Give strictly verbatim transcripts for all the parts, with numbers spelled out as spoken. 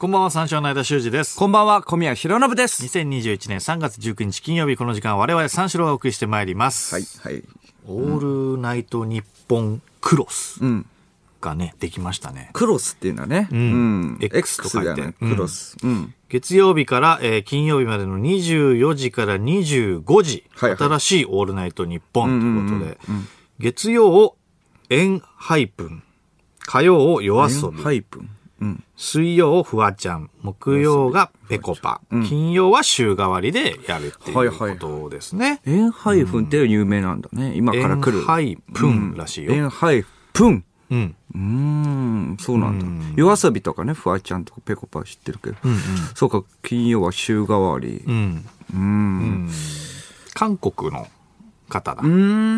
こんばんは、三照の間修二です。 こんばんは、小宮弘信です。 にせんにじゅういちねんさんがつじゅうくにち金曜日、この時間我々三四郎がお送りしてまいります。 はい、はい。 オールナイトニッポンクロスがね、できましたね。 クロスっていうのはね。 うん。うん、X と書いて。 クロス。うん。 月曜日から、えー、金曜日までのにじゅうよじからにじゅうごじ、はいはい、新しいオールナイトニッポンということで、うんうんうん、月曜をエンハイプン、火曜を夜遊び。エンハイプン。うん、水曜をフワちゃん、木曜がペコパ、うん、金曜は週替わりでやるっていうことですね。 エンハイフンって有名なんだね。今から来る。 エンハイプンらしいよ。 エンハイプン。 うん。 うーん、そうなんだ。夜遊びとかね、フワちゃんとかペコパ知ってるけど。うんうん、そうか、金曜は週替わり。うん。 うん。うん韓国の方だ。 うん。うん。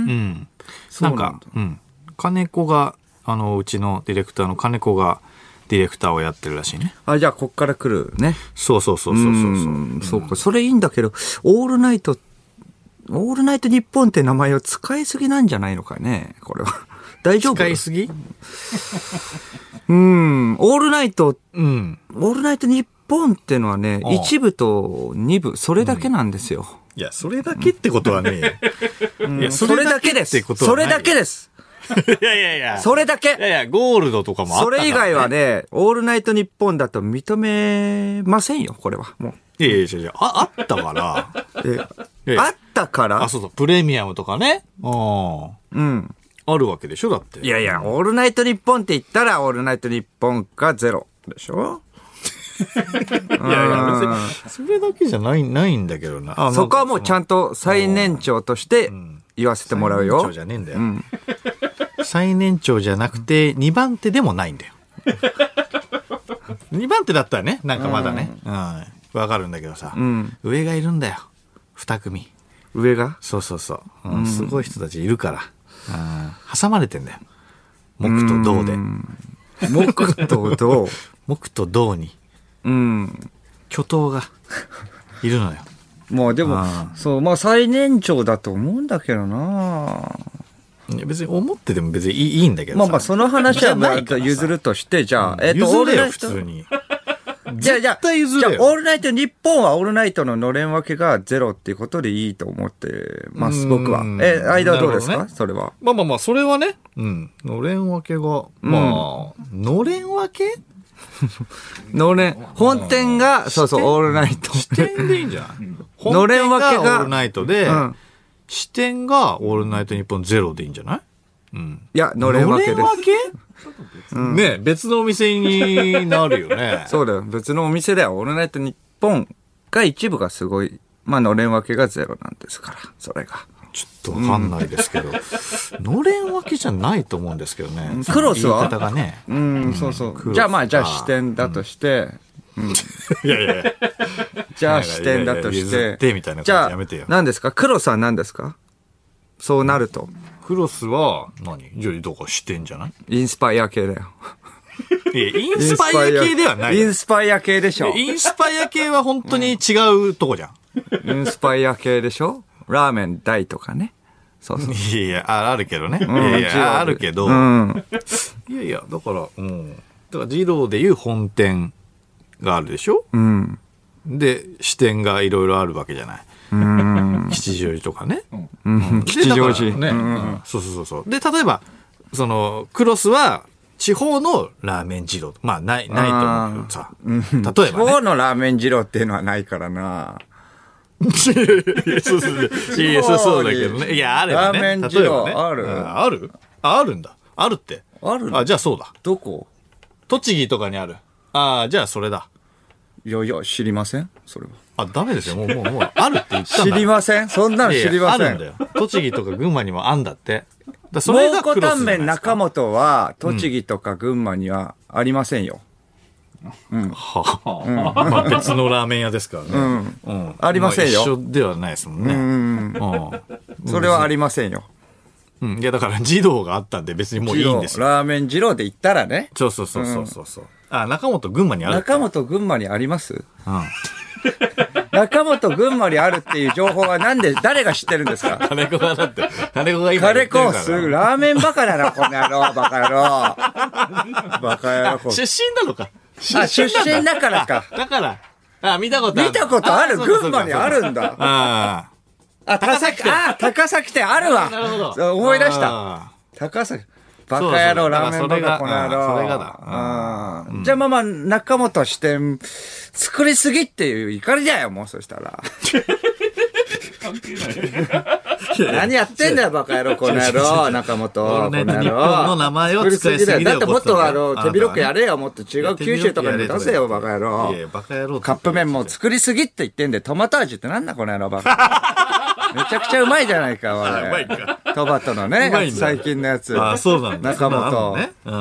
なんか、うん。金子が、あの、うちのディレクターの金子が、ディレクターをやってるらしいね。 あ、じゃあこっから来るね。 そうそうそうそうそうそう。 うんそうか、それいいんだけど、オールナイト、オールナイトニッポンって名前を使いすぎなんじゃないのかね、これは。大丈夫？ 使いすぎ？ うん、オールナイト、 うん、 オールナイトニッポンってのはね、一部と二部、それだけなんですよ。 うん、いや、それだけってことはね、 うん、いや、それだけです。それだけです。 いやいやいや。 それだけ。 いやいや、ゴールドとかもあったから、ね。 それ以外はね、オールナイトニッポンだと認めませんよ、これは。もう。いやいやいやいや、あ、あったから。 えあったからあ、そうそう、プレミアムとかね。うん。うん。あるわけでしょだって。 いやいや、オールナイトニッポンって言ったら、オールナイトニッポンかゼロでしょいやいや、別に、それだけじゃない、ないんだけどな。 そこはもうちゃんと最年長として言わせてもらうよ。 最年長じゃねえんだよ。うん、最年長じゃなくて、にばん手でもないんだよ。にばん手だったらね、なんかまだね、うん、わ、うん、かるんだけどさ、うん、上がいるんだよ。に組。 上がそうそうそう、うん。すごい人たちいるから。うん、挟まれてんだよ。木と銅で。 木と銅木と銅に。うん。巨頭がいるのよ。 まあでも、そう、まあ最年長だと思うんだけどな。 いや別に思ってても別にいい、いいんだけどさ。 まあまあその話はまあ譲るとして、じゃあ、 えっと、譲れよ、普通に。 じゃあ、じゃあ、じゃあ、オールナイト、日本はオールナイトののれん分けがゼロっていうことでいいと思ってます、僕は。え、間はどうですか、ね、それは。 まあまあまあ、それはね、うん。のれん分けが、まあ、のれん分けのれん、本店が、そうそう、オールナイト。 支店でいいんじゃないのれん分けがオールナイトで、うん、支店がオールナイト日本ゼロでいいんじゃないうん。 いや、のれん分けです。のれん分けうん、ね別のお店になるよね。 そうだよ。別のお店ではオールナイトニッポンが一部がすごい、まあ、のれん分けがゼロなんですから、それが。 ちょっとわかんないですけど、うん、のれん分けじゃないと思うんですけどね。 クロスは言い方がね。 うん、うん、そうそう。じゃあまあ、じゃあ支店だとして、うん。うん、いやいやいや。 じゃあ支店だとして、 いやいやいや譲ってみたいな感じやめてよ。 じゃあ、何ですかクロスは何ですかそうなると。 クロスは何、じゃあどこ支店じゃないインスパイア系だよ。 いや、インスパイア系ではない。 インスパイア系でしょ。 インスパイア系は本当に違うとこじゃん。インスパイア系でしょラーメン大とかね。そうそう。 いやいや、あるけどね。うん、いやいや、あるけど。うん、いやいや、だから、うん。だから、二郎でいう本店があるでしょうん。で、支店がいろいろあるわけじゃない。うん。吉祥寺とかね。 うん。吉祥寺。 ね、うん。そうそうそう。で、例えば、その、クロスは、地方のラーメン二郎。まあ、ない、ないと思うけどさ。例えば、ね。地方のラーメン二郎っていうのはないからな。 いやいや、そうそう。いや、そうそうだけどね。いや、あればね。 ラーメン二郎、ね、ある、 うん。あるあ、あるんだ。あるって。 あるあ、じゃあそうだ。 どこ栃木とかにある。ああ、じゃあそれだ。 いやいや、知りませんそれは。 あ、ダメですよ。もう、もう、もう、あるって言ったんだ。 知りませんそんなの知りません。いやいやあるんだよ。栃木とか群馬にもあんだって。だそれがクロスじゃないですか。蒙古タンメン中本は、栃木とか群馬にはありませんよ。 うん。はあ、うん。まあ別のラーメン屋ですからね。うん。 うん。ありませんよ。 まあ、一緒ではないですもんね。うん。 うん。それはありませんよ。 うん。いや、だから、二郎があったんで別にもういいんですよ。 ラーメン二郎で言ったらね。 そうそうそうそうそう。うん、あ、中本群馬にある。 中本群馬にありますうん。中本群馬にあるっていう情報はなんで、誰が知ってるんですか金子がだって、金子が今言ってるから。金子、すぐ、ラーメンバカだな、この野郎、バカ野郎。バカ野郎。 出身なのか。 あ、出身だからか。 だから。あ、見たことある。 見たことある。群馬にあるんだ。 ああ。高崎、あ、高崎店あるわ。 なるほど。 そう思い出した。高崎。バカ野郎、ラーメンバカこの野郎。 それがだ。 じゃあまあまあ、中本支店、作りすぎっていう怒りだよ、もうそしたら。何やってんだよ、バカ野郎、この野郎、中本。 オールナイトニッポンの名前を使いすぎだよ。 だってもっとあの、手広くやれよ、もっと違う九州とかに出せよ、バカ野郎。 いや、バカ野郎。 カップ麺も作りすぎって言ってんで、トマト味ってなんだ、この野郎、バカ。めちゃくちゃうまいじゃないか、おい。 うまいか。 トマトのね、最近のやつ。 あ、そうなんだ。 中本。うん、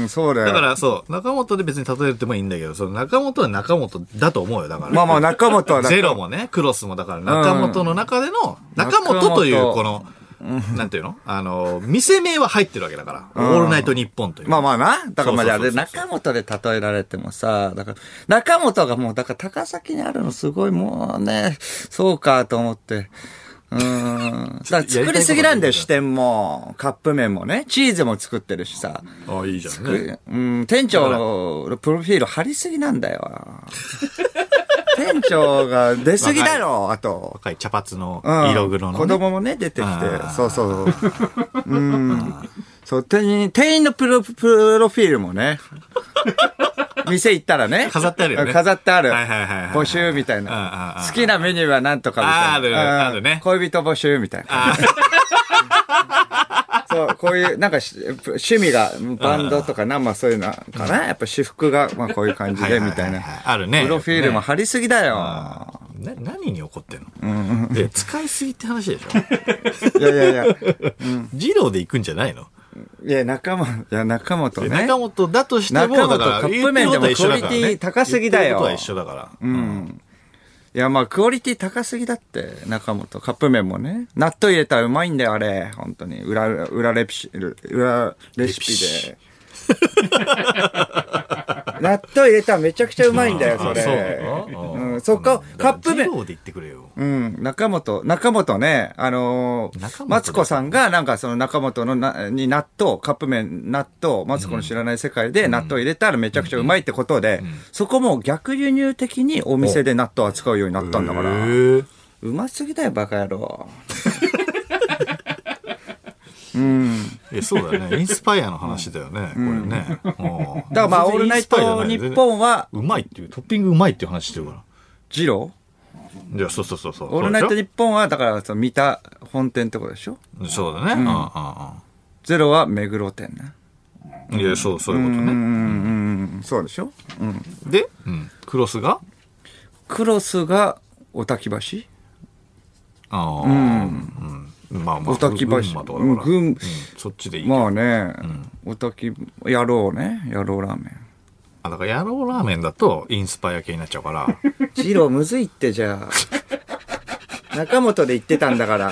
そうだよ。 だからそう、中本で別に例えてもいいんだけど、その中本は中本だと思うよ、だから。 まあまあ中本はゼロもね、クロスもだから中本の中での、中本というこの、なんていうのあの、店名は入ってるわけだから。オールナイトニッポンという。 まあまあな。だからまああれ、中本で例えられてもさ、だから、中本がもう、だから高崎にあるのすごいもうね、そうかと思って。うん。だから作りすぎなんだよ、支店も。カップ麺もね。チーズも作ってるしさ。 ああ、いいじゃんね。 うん、店長のプロフィール貼りすぎなんだよ。店長が出すぎだろ、あと。 若い茶髪の色黒の、ねうん。子供もね、出てきて。そうそう。うん。そう、店員、店員のプロ、プロフィールもね。店行ったらね。 飾ってあるよね。 飾ってある。 はいはいはい、はい。 募集みたいな。好きなメニューは何とかみたいな。 ある、あるね。 恋人募集みたいな。そう、こういう、なんか、趣味が、バンドとかな、まあそういうのかな。やっぱ私服が、まあこういう感じで、みたいな。 あるね。 プロフィールも貼りすぎだよ。 な、何に怒ってんのうん。で、使いすぎって話でしょいやいやいや。 二郎で行くんじゃないのいや、中本、いや、中本ね。 中本だとしても、 中本カップ麺でもクオリティ高すぎだよ。 ことは一緒だから。 うん。いや、まあ、クオリティ高すぎだって、中本。カップ麺もね。納豆入れたらうまいんだよ、あれ。本当に。裏、裏レシピ、裏レシピで。納豆入れたらめちゃくちゃうまいんだよ、それ。そううん、そっか、カップ麺。 二郎で言ってくれよ。 うん、中本、中本ね、あのー、マツコさんがなんかその中本のな、に納豆、カップ麺、納豆、マツコの知らない世界で納豆入れたらめちゃくちゃうまいってことで、うんうん、そこも逆輸入的にお店で納豆扱うようになったんだから。うますぎだよ、バカ野郎。うん。 え、そうだね。インスパイアの話だよね、うん、これね。だからまあ、オールナイト日本は、 うまいっていう、トッピングうまいっていう話してるから。 ジローいや、そうそうそうそう。 オールナイト日本は、だから、その、三田本店ってことでしょそうだね。うん。うんうん、 ゼロは目黒店ね。いや、そう、そういうことね。うん、うん、 うん。そうでしょうん。 で、うん。クロスがクロスが、おたき橋ああ。うん。うんまあまあ、 おたき橋。 うん、群、うん、そっちでいい。 まあね、おたき、野郎ね、野郎ラーメン。 あ、だから野郎ラーメンだとインスパイア系になっちゃうから。 ジローむずいってじゃあ。中本で言ってたんだから。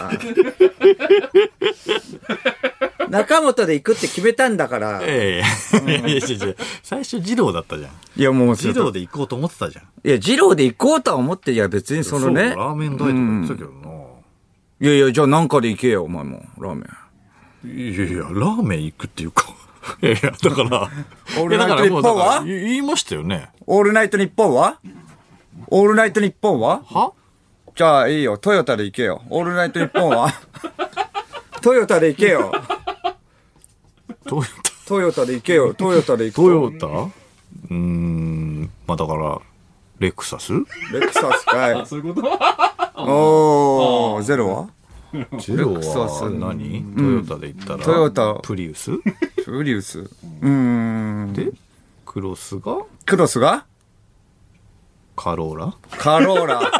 中本で行くって決めたんだから。 ええー。いやいやいやいや最初ジローだったじゃん。 いやもう。 ジローで行こうと思ってたじゃん。 いや、ジローで行こうとは思って、いや別にそのね。 そうラーメン代とか言ってたけどな。うんいやいや、じゃあなんかで行けよ、お前も。ラーメン。いやいや、ラーメン行くっていうか。いやいや、だから。 オールナイトニッポンは言いましたよね。 オールナイトニッポンはオールナイトニッポンははじゃあいいよ、トヨタで行けよ。オールナイトニッポンはトヨタで行けよ。 トヨタトヨタで行けよ、トヨタで行けトヨタうーん、まあだから、レクサスレクサスかい。 あ、そういうことおー、ゼロはゼロは何、うん、トヨタで言ったらトヨタプリウスプリウスうーんでクロスがクロスがカローラカローラ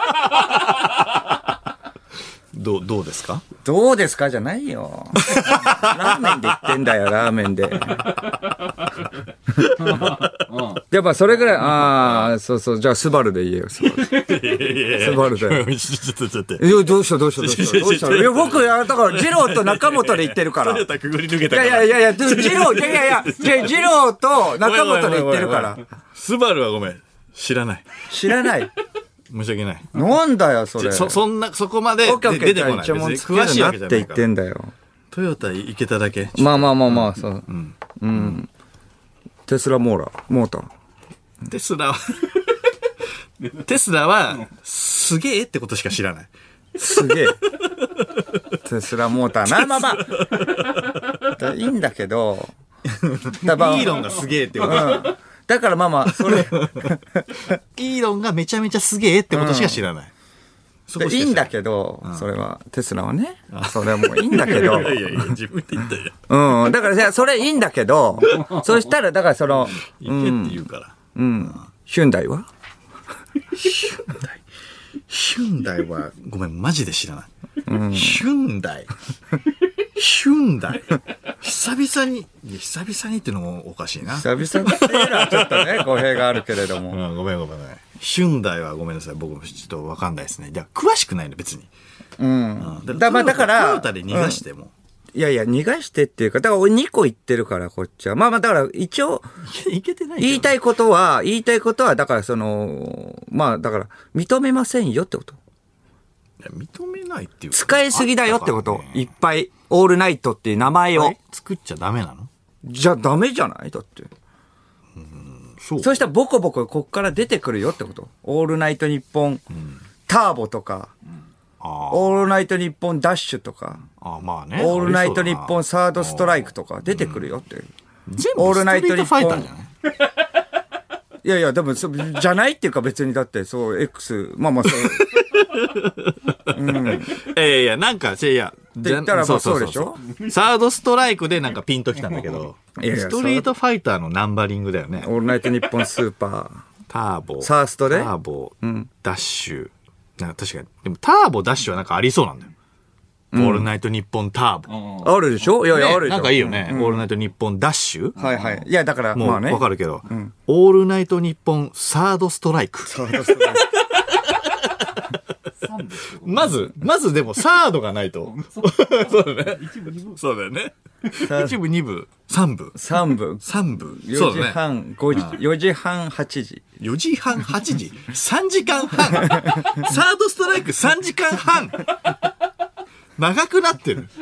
どうどうですかどうですかじゃないよラーメンで言ってんだよラーメンでやっぱそれぐらいああそうそうじゃあスバルで言えよスバルスバルでちょっとちょっといやどうしたどうしたどうしたどうしたいや僕いやだからジローと中本で言ってるからトヨタくぐり抜けたからいやいやいやいやジローいやいやいやジローと中本で言ってるからスバルはごめん知らない知らない申し訳ない。 なんだよ、それ。 そ、そんな、そこまで出てこない。詳しいわけじゃないから。 って言ってんだよ。 トヨタ行けただけ。 まあまあまあまあ、そう。うん。うん。テスラモーラー、モーター。 テスラは、テスラは、すげえってことしか知らない。 すげえ。テスラモーターな。まあまあ。いいんだけど。 だからイーロンがすげえってこと。うん、 だからまあまあ、それ。 イーロンがめちゃめちゃすげえってことしか知らない。うん、 そこいいんだけど、うん、それは、テスラはね。それはもういいんだけど。 いやいやいや、自分で言ったよ。 うん。だから、それいいんだけど、そしたら、だからその、 いけって言うから。 うん。うん、ヒュンダイはヒュンダイ。ヒュンダイは、ごめん、マジで知らない。うん、ヒュンダイ。ヒュンダイ。久々に、久々にっていうのもおかしいな。 久々っていうのはちょっとね、語弊があるけれども。 うん、ごめんごめんごめん。ヒュンダイはごめんなさい。僕もちょっとわかんないですね。いや、詳しくないの、別に。 うん。うん、だ, まあだから、 トヨタで逃がしても、 うん。いやいや、逃がしてっていうか、だから俺にこ言ってるから、こっちは。まあまあ、だから一応、 いけてない言いたいことは、言いたいことは、だからその、まあだから、認めませんよってこと。 いや、認めないっていうか。 使いすぎだよってこと。いっぱい、オールナイトっていう名前を。 作っちゃダメなの？ じゃダメじゃないだって。 うん、そう。 そしたらボコボコこっから出てくるよってこと。オールナイトニッポン、うん、ターボとか、うん、あオールナイトニッポンダッシュとか、 あまあね、 オールナイトニッポンサードストライクとか出てくるよって。うん、 全部ストリートファイターじゃない？ いやいや、でも、じゃないっていうか別にだって、そう、X、まあまあそう。うん。 いやいや、なんか、いや、 って言ったらまあそうでしょ？ サードストライクでなんかピンときたんだけど、いやいやストリートファイターのナンバリングだよね。 オールナイトニッポンスーパー。 ターボ。 サーストでターボ、うん、ダッシュ。なんか確かに。でもターボ、ダッシュはなんかありそうなんだよ。うん、オールナイトニッポンターボ。 あるでしょ？いやいや、あるでしょ。 なんかいいよね。うん、オールナイトニッポンダッシュ、 はいはい。いや、だから、 もうわかるけど、うん、オールナイトニッポンサードストライク。サードストライク。まず、まずでもサードがないと。そうだね。そうだよね。一部、二部、三部。 三部。 三部。 よじはん、ごじ、よじはん、はちじ。 よじはん、はちじ。さんじかんはん。サードストライクさんじかんはん。長くなってる。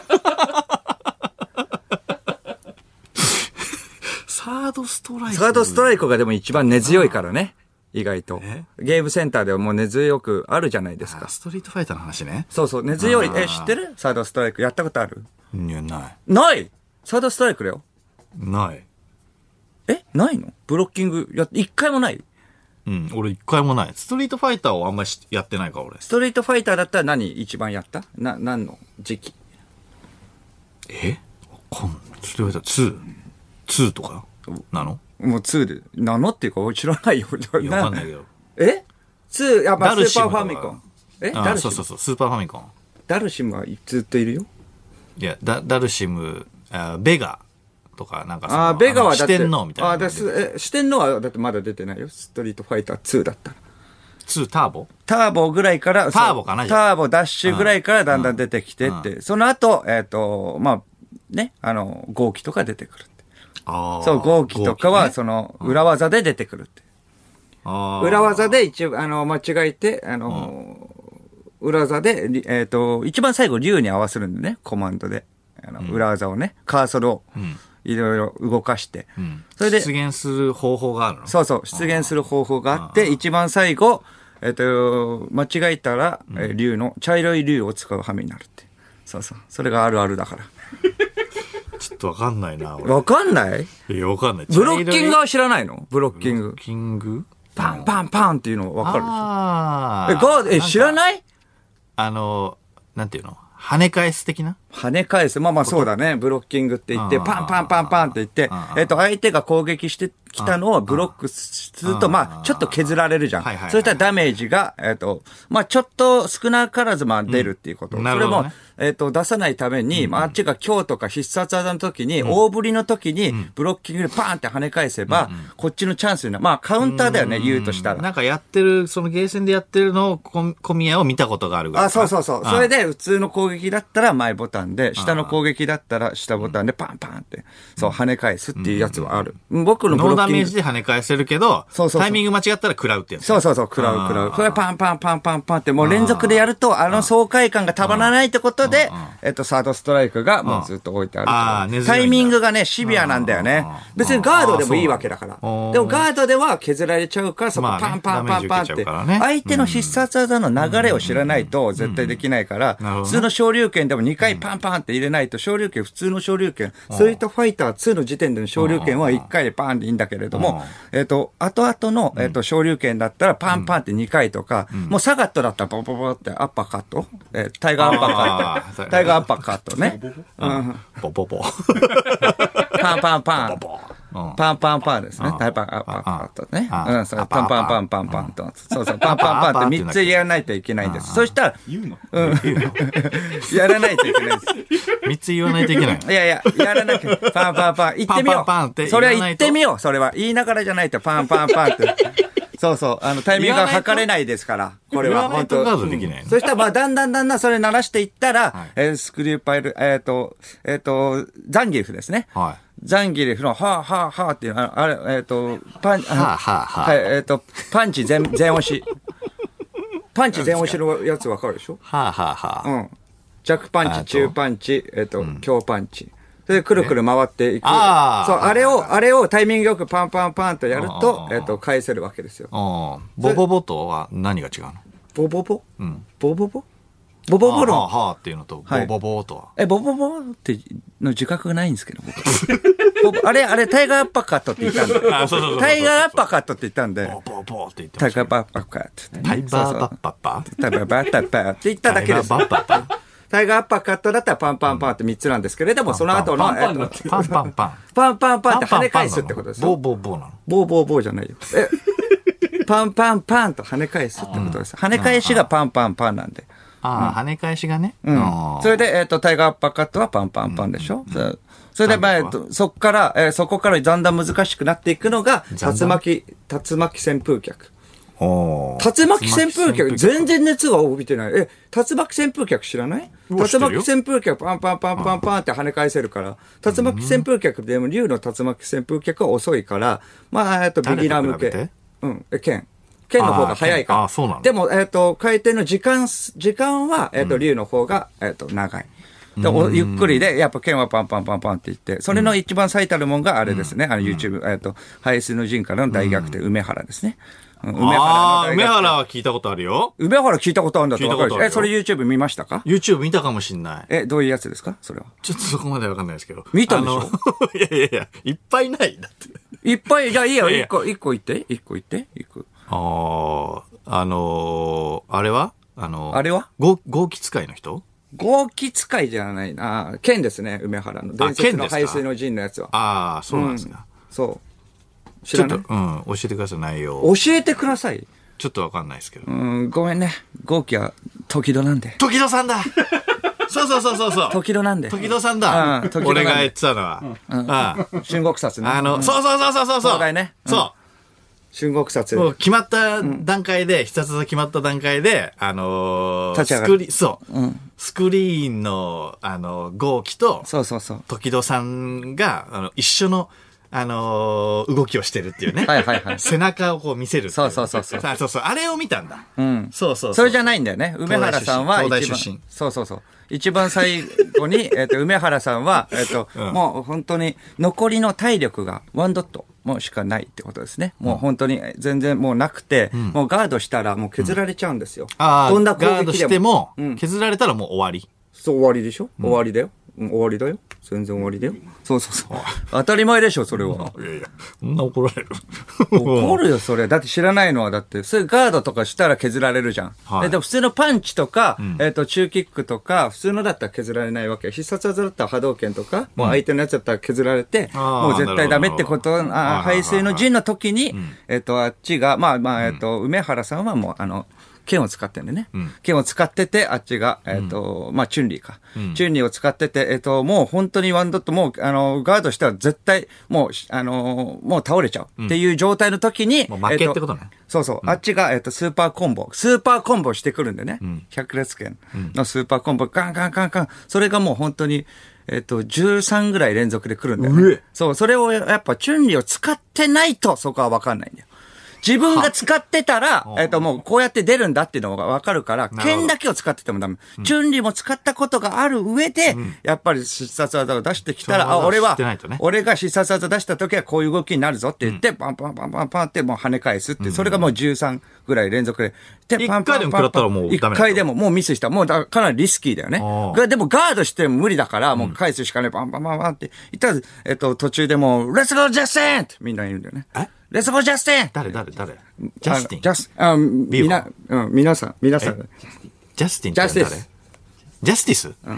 サードストライク。 サードストライクがでも一番根強いからね。意外と。ゲームセンターではもう根強くあるじゃないですか。 ストリートファイターの話ね。 そうそう、根強い。え、知ってる？サードストライク。やったことある？ いや、ない。 ないサードストライクだよ。 ない。 えないの？ブロッキング、や、一回もない？ うん、俺一回もない。ストリートファイターをあんまりやってないから俺。 ストリートファイターだったら何一番やった？な、何の時期？ え？わかんない。ストリートファイターツー。ツーとかなの？ もうツーで、なのっていうか知らないよ。 いや、わかんないけど。 え ?ツー、やっぱスーパーファミコン。えダルシム？そうそうそう、スーパーファミコン。 ダルシムはずっといるよ。 いや、ダダルシム、あベガとか、なんかその、 あ、ベガはだって、 四天王みたいな。 あ、だす、え、四天王はだってまだ出てないよ。ストリートファイターツーだったら。 ツーターボ？ ターボぐらいから、 ターボかな？ ターボダッシュぐらいからだんだん出てきてって、その後、えっと、まあ、ね、あの、号機とか出てくるって。 ああ。 そう、号機とかは、その、裏技で出てくるって。ああ。裏技で一応、あの、間違えて、あの、裏技で、えっと、一番最後、竜に合わせるんでね、コマンドで。あの、裏技をね、カーソルを、いろいろ動かして。 それで。出現する方法があるの？ そうそう、出現する方法があって、一番最後、えっと、間違えたら、竜の、茶色い竜を使う羽目になるって。そうそう。それがあるあるだから。 ちょっとわかんないな。 わかんない？ いや、わかんない。 ブロッキングは知らないの？ブロッキング。 ブロッキング？ パンパンパンっていうのわかるでしょ？ ああ。 え、ガー、え、知らない？ あの、なんていうの？跳ね返す的な？ 跳ね返す。まあまあそうだね。ブロッキングって言って、パンパンパンパンって言って、えっと、相手が攻撃してきたのをブロックすると、まあ、ちょっと削られるじゃん。そういったダメージが、えっと、まあ、ちょっと少なからずまあ出るっていうこと。それも、えっと、出さないために、あっちが強とか必殺技の時に、大振りの時に、ブロッキングでパーンって跳ね返せば、こっちのチャンスになる。まあ、カウンターだよね、言うとしたら。 なんかやってる、そのゲーセンでやってるのを、小宮を見たことがあるぐらい。 あ、そうそうそう。それで、普通の攻撃だったら前ボタンで、下の攻撃だったら下ボタンでパンパンって、そう、跳ね返すっていうやつはある。僕のブロッキング。ノーダメージで跳ね返せるけど、そうそうそうタイミング間違ったら食らうってやつ。 そうそうそう、食らう食らう。これパンパンパンパンパンって、もう連続でやると、あの爽快感がたまらないってことで、えっと、サードストライクがもうずっと置いてある。タイミングがね、シビアなんだよね。別にガードでもいいわけだから。でもガードでは削られちゃうから、そこパンパンパンパンって、相手の必殺技の流れを知らないと絶対できないから、普通の昇竜拳でもにかいパンパンって入れないと、昇竜拳、普通の昇竜拳、ストリートファイターツーの時点での昇竜拳はいっかいでパンでいいんだけれども、えっと、後々の、えっと、昇竜拳だったらパンパンってにかいとか、もうサガットだったらポポポってアッパーカット、えタイガーアッパーカット、タイガーアッパーカットね。 ポポポ。 パンパンパン。パンパンパンですね。タイパンアッパーカットね。うん、そう、パンパンパンパンパンと。そうそう、パンパンパンってみっつやらないといけないんです。そしたら、言うのうん。やらないといけないんです。 みっつ言わないといけない。 いやいや、やらなきゃ。パンパンパン。言ってみよう。それは言ってみよう。それは。言いながらじゃないとパンパンパンって。そうそう。あの、タイミングが測れないですから。これは本当。そしたら、まあ、だんだんだんだんそれ鳴らしていったら、はい、えー、スクリューパイル、えっ、ー、と、えっ、ー、と、ザンギレフですね。はい。ザンギレフの、はぁはぁはぁっていう、あれ、えっ、ー、と、パン、はぁはぁはぁ。はい、えっ、ー、と、パンチ全、全押し。パンチ全押しのやつわかるでしょ？ はぁはぁはぁ。 うん。弱パンチ、中パンチ、えっ、ー、と、強パンチ。それでくるくる回っていく。あそう、あれを、あれをタイミングよくパンパンパンとやると、えっと、返せるわけですよ。 ボボボとは何が違うの？ ボボボうん。ボボボボボボの。 ははっていうのと、ボボボとは。 え、ボボボっての自覚がないんですけど、僕。あれ、あれ、タイガーアッパーカットって言ったんで。あ、そうそうそう。タイガーアッパーカットって言ったんで。 ボボボって言ってタイガーアッパーカット。 タイガーアッパーカットタイガーアッパーカットって言っただけです。タイガーアッパーカットタイガーアッパーカットだったらパンパンパンってみっつなんですけれども、その後の、 パンパンパン。パンパンパン。 パンパンパンって跳ね返すってことですよ。 ボーボーボーなの？ ボーボーボーじゃないよ。え、パンパンパンと跳ね返すってことです。跳ね返しがパンパンパンなんで。 ああ、跳ね返しがね。 うん。それで、えっと、タイガーアッパーカットはパンパンパンでしょ？それで、まあ、えっと、そっから、えそこからだんだん難しくなっていくのが、竜巻、竜巻旋風脚。竜巻旋風脚、全然熱が帯びてない。え、竜巻旋風脚知らない？竜巻旋風脚パンパンパンパンパンって跳ね返せるから。竜巻旋風脚でも竜の竜巻旋風脚は遅いから、まあ、えっと、ビギナー向け。うん、え、剣。剣の方が早いから。 あ、そうなんだ。 でも、えっと、回転の時間、時間は、えっと、竜の方が、えっと、長い。ゆっくりで、やっぱ剣はパンパンパンパンって言って、それの一番最たるもんがあれですね。あの YouTube、えっと、排水の陣からの大逆転、梅原ですね。 梅原ああ、梅原は聞いたことあるよ。 梅原聞いたことあるんだってわかるでしょ。え、それ YouTube 見ましたか？ YouTube 見たかもしんない。 え、どういうやつですかそれは。 ちょっとそこまでわかんないですけど。 見たんでしょ？ いやいやいや、いっぱいないだって。 いっぱい、じゃあいいよ、一個、一個言って、一個言って、一個。 ああ、あのー、あれはあのー、 あれはゴ、ゴキ使いの人？ ゴキ使いじゃないな。剣ですね、梅原の。伝説の排水の陣のやつは。 ああ、そうなんですか。 うん、そう。 知らない？ちょっと、うん、教えてください、内容。 教えてください。 ちょっとわかんないですけど。 うん、ごめんね。ゴキは時戸なんで。 時戸さんだそうそうそうそうそう。 時戸なんで。 時戸さんだ。うん、俺が言ってたのは。うん。 春国殺ね。 あの、そうそうそうそうそう。 そうだよね。 そう。 春国殺。 もう決まった段階で、必殺技決まった段階で、あのー、スクリーン、そう、うん、スクリーンの、あの、号機と、 そうそうそう。 時戸さんが、あの、一緒の、あのー、動きをしてるっていうね。 はいはいはい。 背中をこう見せる。 そうそうそうそう。 そうそう。あれを見たんだ。 うん。 そうそうそう。 それじゃないんだよね。梅原さんは一番。東大出身。 そうそうそう。一番最後に、えっと、梅原さんは、えっと、うん、もう本当に残りの体力がワンドットもしかないってことですね。もう本当に全然もうなくて、うん、もうガードしたらもう削られちゃうんですよ。 うん、ああ、どんな攻撃でも。ガードしても、削られたらもう終わり。 そう、終わりでしょ？終わりだよ。うん、終わりだよ。全然終わりだよ。そうそうそう。当たり前でしょ、それは。 いやいや、そんな怒られる。 怒るよ、それ。だって知らないのは、だって、それガードとかしたら削られるじゃん。はい、でも普通のパンチとか、うん、えっと、中キックとか、普通のだったら削られないわけよ。必殺技だったら波動拳とか、うん、もう相手のやつだったら削られて、もう絶対ダメってこと、あ排水の陣の時に、うん、えっと、あっちが、まあまあ、えっと、梅原さんはもう、あの、剣を使ってんでね。うん、剣を使ってて、あっちが、えっ、ー、と、うん、まあ、チュンリーか。うん、チュンリーを使ってて、えっ、ー、と、もう本当にワンドット、もう、あの、ガードしたら絶対、もう、あの、もう倒れちゃうっていう状態の時に、 うん、もう負けってことね。 えー、そうそう。うん、あっちが、えっ、ー、と、スーパーコンボ。スーパーコンボしてくるんでね。うん、百列拳のスーパーコンボ、ガンガンガンガン。それがもう本当に、えっ、ー、と、じゅうさんぐらい連続で来るんだよね。そう、それをやっぱチュンリーを使ってないと、そこはわかんないんだよ。 自分が使ってたら、えっと、もうこうやって出るんだっていうのがわかるから、剣だけを使っててもダメ。チュンリーも使ったことがある上で、やっぱり必殺技を出してきたら、あ、俺は、俺が必殺技出した時はこういう動きになるぞって言って、パンパンパンパンパンってもう跳ね返すって、それがもうじゅうさんぐらい連続で。 で、パンパンパン。一回でも食らったらもうダメ。 一回でももうミスした。もうだかなりリスキーだよね。でもガードしても無理だから、もう返すしかない。パンパンパンパンって言ったら、えっと、途中でもう、レッツゴージャスティンってみんな言うんだよね。 えレッツゴージャスティン誰誰誰ジャスティン。 ジャス、あ、みな、うん、皆さん、皆さん。 ジャスティンって誰？ジャスティス。ジャスティス？うん。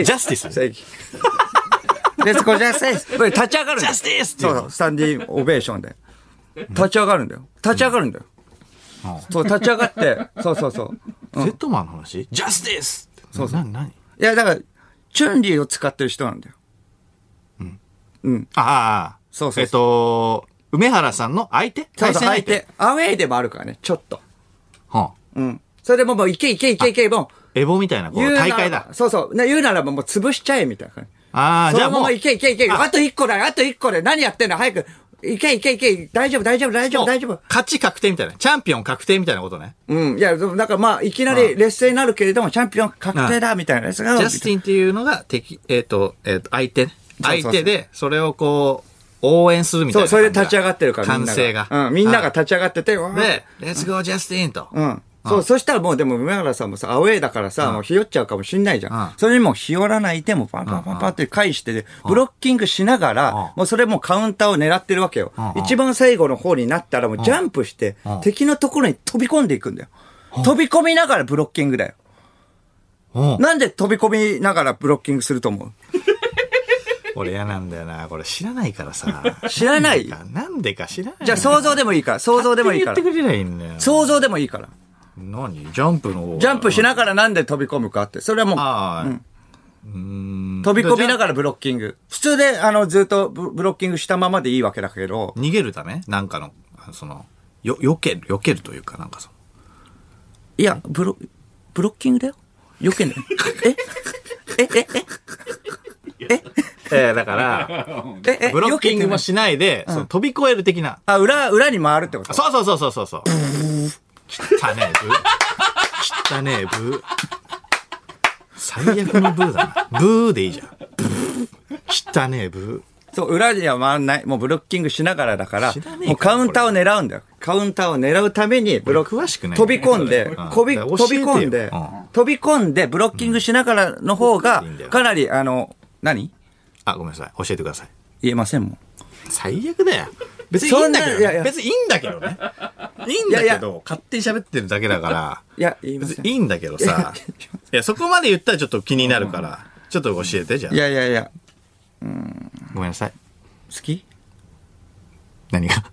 ジャスティス？正義。 レッツゴージャスティス。これ立ち上がるんだよ。 ジャスティスそう、スタンディングオベーションで。立ち上がるんだよ。立ち上がるんだよ。そう、立ち上がって、そうそうそう。 セットマンの話？ジャスティス！ そうそう。 何？いや、だから、チュンリーを使ってる人なんだよ。 うん。 うん。 ああ。 そうそう。 えっと、梅原さんの相手そうそう、相手。アウェイでもあるからね、ちょっと。 はあ。 うん。それでももう、いけいけいけいけ、もう。エボみたいな、こう、大会だ。 そうそう。言うならばもう潰しちゃえ、みたいな感じ。 ああ、じゃあもう。 そのままいけいけいけ。あと一個だよ、あと一個で。何やってんの早く。いけいけいけ。大丈夫、大丈夫、大丈夫、大丈夫。 勝ち確定みたいな。チャンピオン確定みたいなことね。 うん。いや、なんかまあ、いきなり劣勢になるけれども、チャンピオン確定だ、みたいな。 ジャスティンっていうのが敵、えっと、えっと、相手ね。相手で、それをこう、応援するみたいな。 そう、それで立ち上がってるから、 歓声が。 うん、みんなが立ち上がってて、 で、レッツゴージャスティンと。 うん。そう、そしたらもうでも梅原さんもさ、アウェイだからさ、もうひよっちゃうかもしんないじゃん。それにもひよらないでもパンパンパンパンって返して、ブロッキングしながら、もうそれもカウンターを狙ってるわけよ。一番最後の方になったらもうジャンプして、敵のところに飛び込んでいくんだよ。飛び込みながらブロッキングだよ。なんで飛び込みながらブロッキングすると思う？ 俺嫌なんだよな。これ知らないからさ。 知らない？ なんでか知らない。 じゃあ想像でもいいから。想像でもいいから。 言ってくれりゃいいんだよ。 想像でもいいから。 何？ジャンプの。 ジャンプしながらなんで飛び込むかって。それはもう。ああ。うん。うん飛び込みながらブロッキング。普通で、あの、ずっとブロッキングしたままでいいわけだけど。 逃げるためなんかの、その、よ、避ける、避けるというかなんかその。 いや、ブロ、ブロッキングだよ。避けない。えええええええ、だから、え、え、ブロッキングもしないで、その飛び越える的な。 あ、裏、裏に回るってこと？ そうそうそうそうそうそう。汚ねえブー。汚ねえブー。最悪のブーだな。ブーでいいじゃん。汚ねえブー。 そう、裏には回んない。もうブロッキングしながらだから、もうカウンターを狙うんだよ。カウンターを狙うために、ブロック、飛び込んで、飛び、飛び込んで、飛び込んで、ブロッキングしながらの方が、かなり、あの、何？ あ、ごめんなさい。教えてください。 言えませんもん。 最悪だよ。別にいいんだけどね。別にいいんだけどね。いいんだけど、勝手に喋ってるだけだから。 いや、言いません。 いいんだけどさ。いや、そこまで言ったらちょっと気になるから、ちょっと教えて、じゃあ。 いやいやいや。 うん。ごめんなさい。 好き？ 何が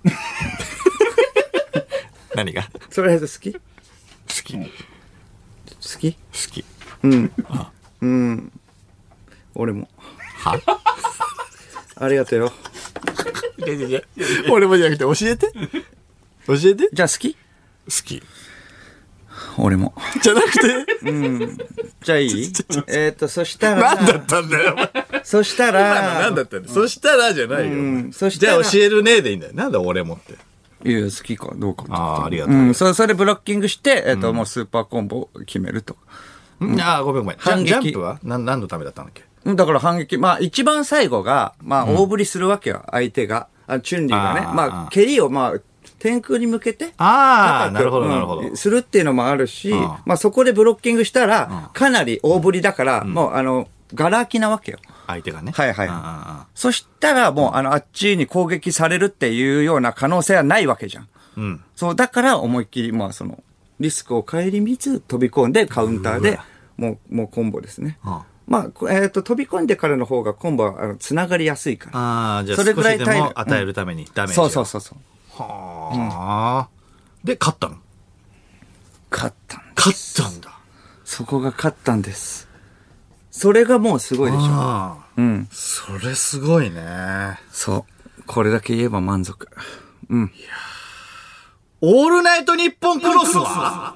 何がそれ好き？好き。好き？ 好き。 うん。うん。俺も。 はありがとうよ。 いやいやいや俺もじゃなくて教えて。教えて。 じゃあ好き？ 好き。 俺も。 じゃなくてうん。じゃあいい？えっと、そしたら。 何だったんだよ。 そしたら。 何だったんだよ。そしたらじゃないよ。うん、そしたら。じゃあ教えるねでいいんだよ。なんだ俺もって。 いや、好きかどうか。 ああ、ありがとう。 うん、それ、それブロッキングして、えっと、もうスーパーコンボを決めると。 ああ、ごめんごめん。反撃。ジャンプは何、何のためだったんだっけ？ だから反撃。まあ、一番最後が、まあ、大振りするわけよ、相手が。あ、チュンリーがね。まあ、蹴りを、まあ、天空に向けて。 ああ、なるほど、なるほど。 するっていうのもあるし、まあ、そこでブロッキングしたら、かなり大振りだから、もう、あの、ガラ空きなわけよ。 相手がね。 はいはい。そしたら、もう、あの、あっちに攻撃されるっていうような可能性はないわけじゃん。うん。そう、だから思いっきり、まあ、その、リスクを顧みず飛び込んでカウンターで、もう、もうコンボですね。まあ、えっと、飛び込んでからの方がコンボは、あの、つながりやすいから。 ああ、じゃあ、それぐらいでも与えるためにダメージ。 そうそうそうそう。 はあ。で、勝ったの？ 勝ったんだ。 勝ったんだ。 そこが勝ったんです。それがもうすごいでしょ。うん。 それすごいね。 そう。これだけ言えば満足。うん。いやオールナイトニッポンクロスは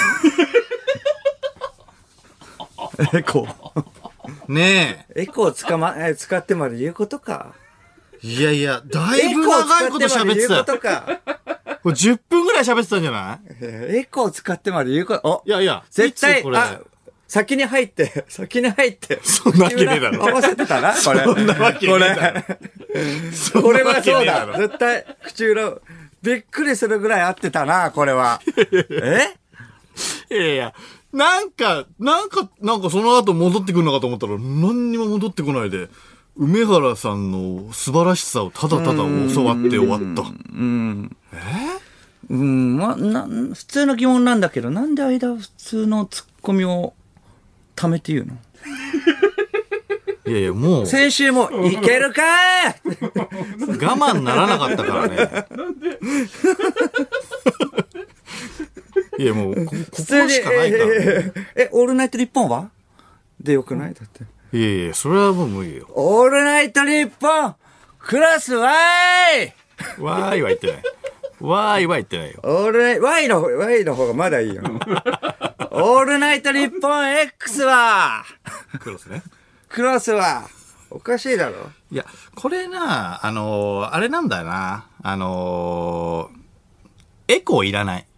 エコー。 ねえ。エコー使ま、え、使ってまで言うことか。 いやいや、だいぶ長いこと喋ってた。 エコー使ってまで言うことか。 これじゅっぷんぐらい喋ってたんじゃない？ エコー使ってまで言うこと、おいやいや、 絶対、 これあ、先に入って、先に入って。 そんなわけねえだろ。 合わせてたな、これ。 そんなわけねえだろ。 これはそうだ。絶対、口裏、びっくりするぐらい合ってたな、これは。えいやいや、なんか、なんか、なんかその後戻ってくるのかと思ったら、何にも戻ってこないで、梅原さんの素晴らしさをただただ教わって終わった。うん。 うんえうん、ま、な、普通の疑問なんだけど、なんで間普通のツッコミを貯めて言うの？ いやいや、もう。 先週も、いけるかー我慢ならなかったからね。なんでいや、もう、こ、ここしかないから、ね。 え、え、オールナイトニッポンはでよくないだって。 いやいや、それはもう無理よ。 オールナイトニッポンクラスワイワーイは言ってない。ワーイは言ってないよ。 オールナイト、ワイの、ワイの方がまだいいよ。オールナイトニッポン X はクロスね。 クロスはおかしいだろ。 いや、これな、あのー、あれなんだよな。あのー、エコーいらない。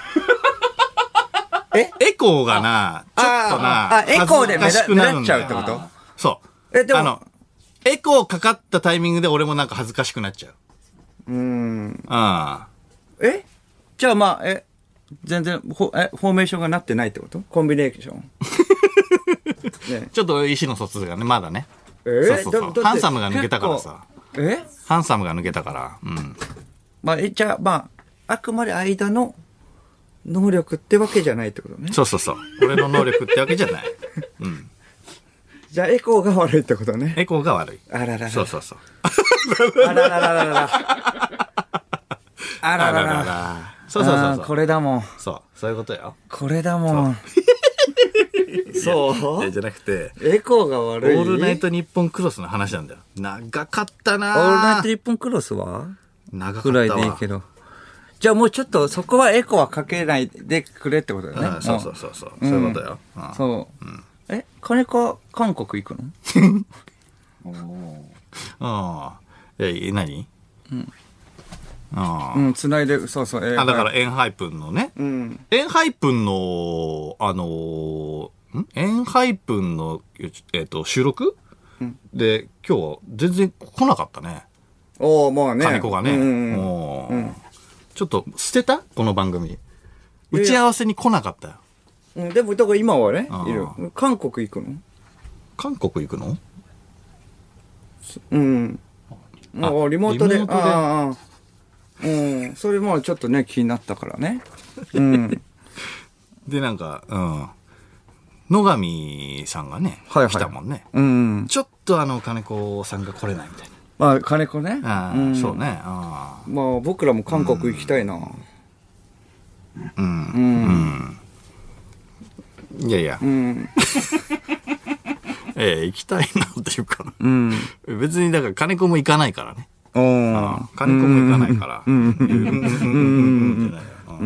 えエコーがな、ちょっとな、 あ、エコーで目立っちゃうってこと？ そう。 え、でも、 あの、エコーかかったタイミングで俺もなんか恥ずかしくなっちゃう。 うーん。 ああ。 えじゃあまあ、え、全然、フォ、え、フォーメーションがなってないってことコンビネーション。 ね、ちょっと意思の疎通がね、まだね。 えー、 そうそうそう。ハンサムが抜けたからさ。 えハンサムが抜けたから。うん。 まあ、え、じゃあまあ、あくまで間の能力ってわけじゃないってことね。 そうそうそう。俺の能力ってわけじゃない。うん。 じゃあエコーが悪いってことね。 エコーが悪い。 あららら。 そうそうそう。 あららららら。あらららら。 そうそうそうそう。 これだもん。 そう。そういうことよ。 これだもん。そうじゃなくて、 エコーが悪い。 オールナイトニッポンクロスの話なんだよ。長かったなオールナイトニッポンクロスは長かったわ。 ぐらいでいいけど。じゃあもうちょっとそこはエコーはかけないでくれってことだよね。 うん、そうそうそうそう。そういうことよ。 うん、そう。うん、え金子韓国行くのああ。え、何うん。 ああ。 うん、繋いで、そうそう。 えー、あ、だからエンハイプンのね。 うん。 エンハイプンの、あのー、んエンハイプンの、えっと、収録、うん、で、今日は全然来なかったね。 おー、まあね。 金子がね。うんうんおー、うん。ちょっと捨てたこの番組。打ち合わせに来なかったよ。 うん、でも、だから今はね、いる。韓国行くの韓国行くのうん。もうリモートで。リモートでああ。うん。それもちょっとね、気になったからね。うん。 で、なんか、うん。野上さんがね、はいはい、来たもんね。 うん。 ちょっとあの、金子さんが来れないみたいな。 まあ、金子ね。 ああ、うん、そうね。あまあ、僕らも韓国行きたいな。 うん。うん。うん、いやいや。 うん。 ええ、行きたいなっていうか。 うん。 別に、だから金子も行かないからね。 おー。金子も行かないから。うん。うん。 うん。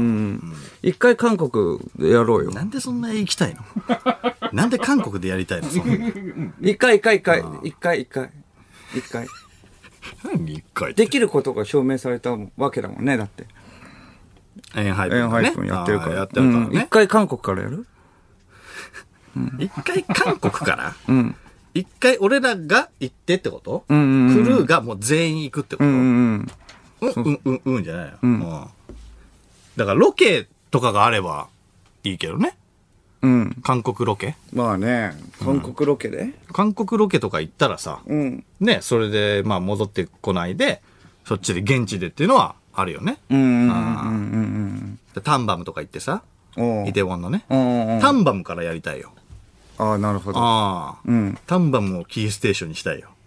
一回韓国でやろうよ。 なんでそんな行きたいのなんで韓国でやりたいのそんな。 一回一回一回。一回一回。一回。 何一回できることが証明されたわけだもんね、だって。 エンハイプン、ね。 エンハイプンやってるから。 やってるからね。 一回韓国からやる一回韓国からうん。 一回俺らが行ってってことうんうんうん。 クルーがもう全員行くってことうんうんうん。うん、うん、うんじゃないよ。うん。だからロケとかがあればいいけどね。 うん。 韓国ロケまあね、韓国ロケで、うん、 韓国ロケとか行ったらさ、 うん。 ね、それでまあ戻ってこないで、そっちで現地でっていうのはあるよね。 うんうんうんうんうんうん。 タンバムとか行ってさ、イテウォンのね。 タンバムからやりたいよ。 ああ、なるほど。 ああ。 うん。 タンバムをキーステーションにしたいよ。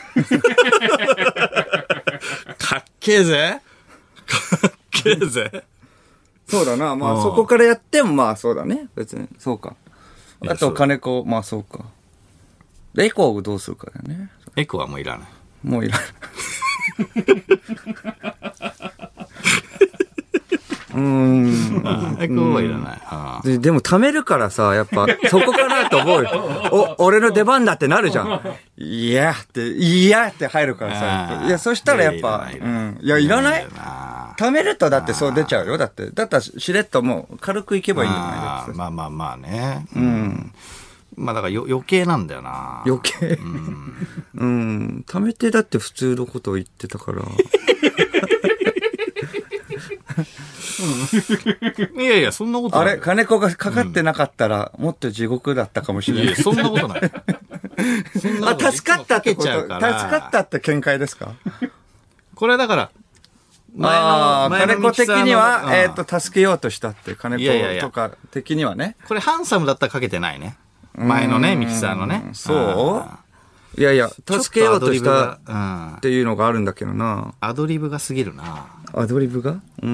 かっけえぜかっけえぜそうだな。まあ、そこからやっても、まあ、そうだね。別に。そうか。あと、金子、まあ、そうか。エコーどうするかだよね。 エコーはもういらない。 もういらない。うーん。 エコーはいらない。あで, でも、貯めるからさ、やっぱ、そこかなと思うよ。お、俺の出番だってなるじゃん。いやって、いやって入るからさ。いや、そしたらやっぱ、うん。いや、いらない貯めるとだってそう出ちゃうよ。だって。だったらしれっともう軽くいけばいいんじゃないですか。 まあまあまあね。うん。まあだからよ余計なんだよな。 余計うん。うん。貯めてだって普通のことを言ってたから。 いやいや、そんなことない。 あれ金子がかかってなかったら、もっと地獄だったかもしれない。いや、 そんなことない。 あ、助かったってこと、助かったって見解ですか？これだから、前の、前の金子的には、うん、えっ、ー、と、助けようとしたって、金子とか的にはね。いやいやいやこれハンサムだったらかけてないね。前のね、ミキサーのね。そういやいや、助けようとしたっていうのがあるんだけどな。 アドリブが過ぎるな。 アドリブがうん。うん、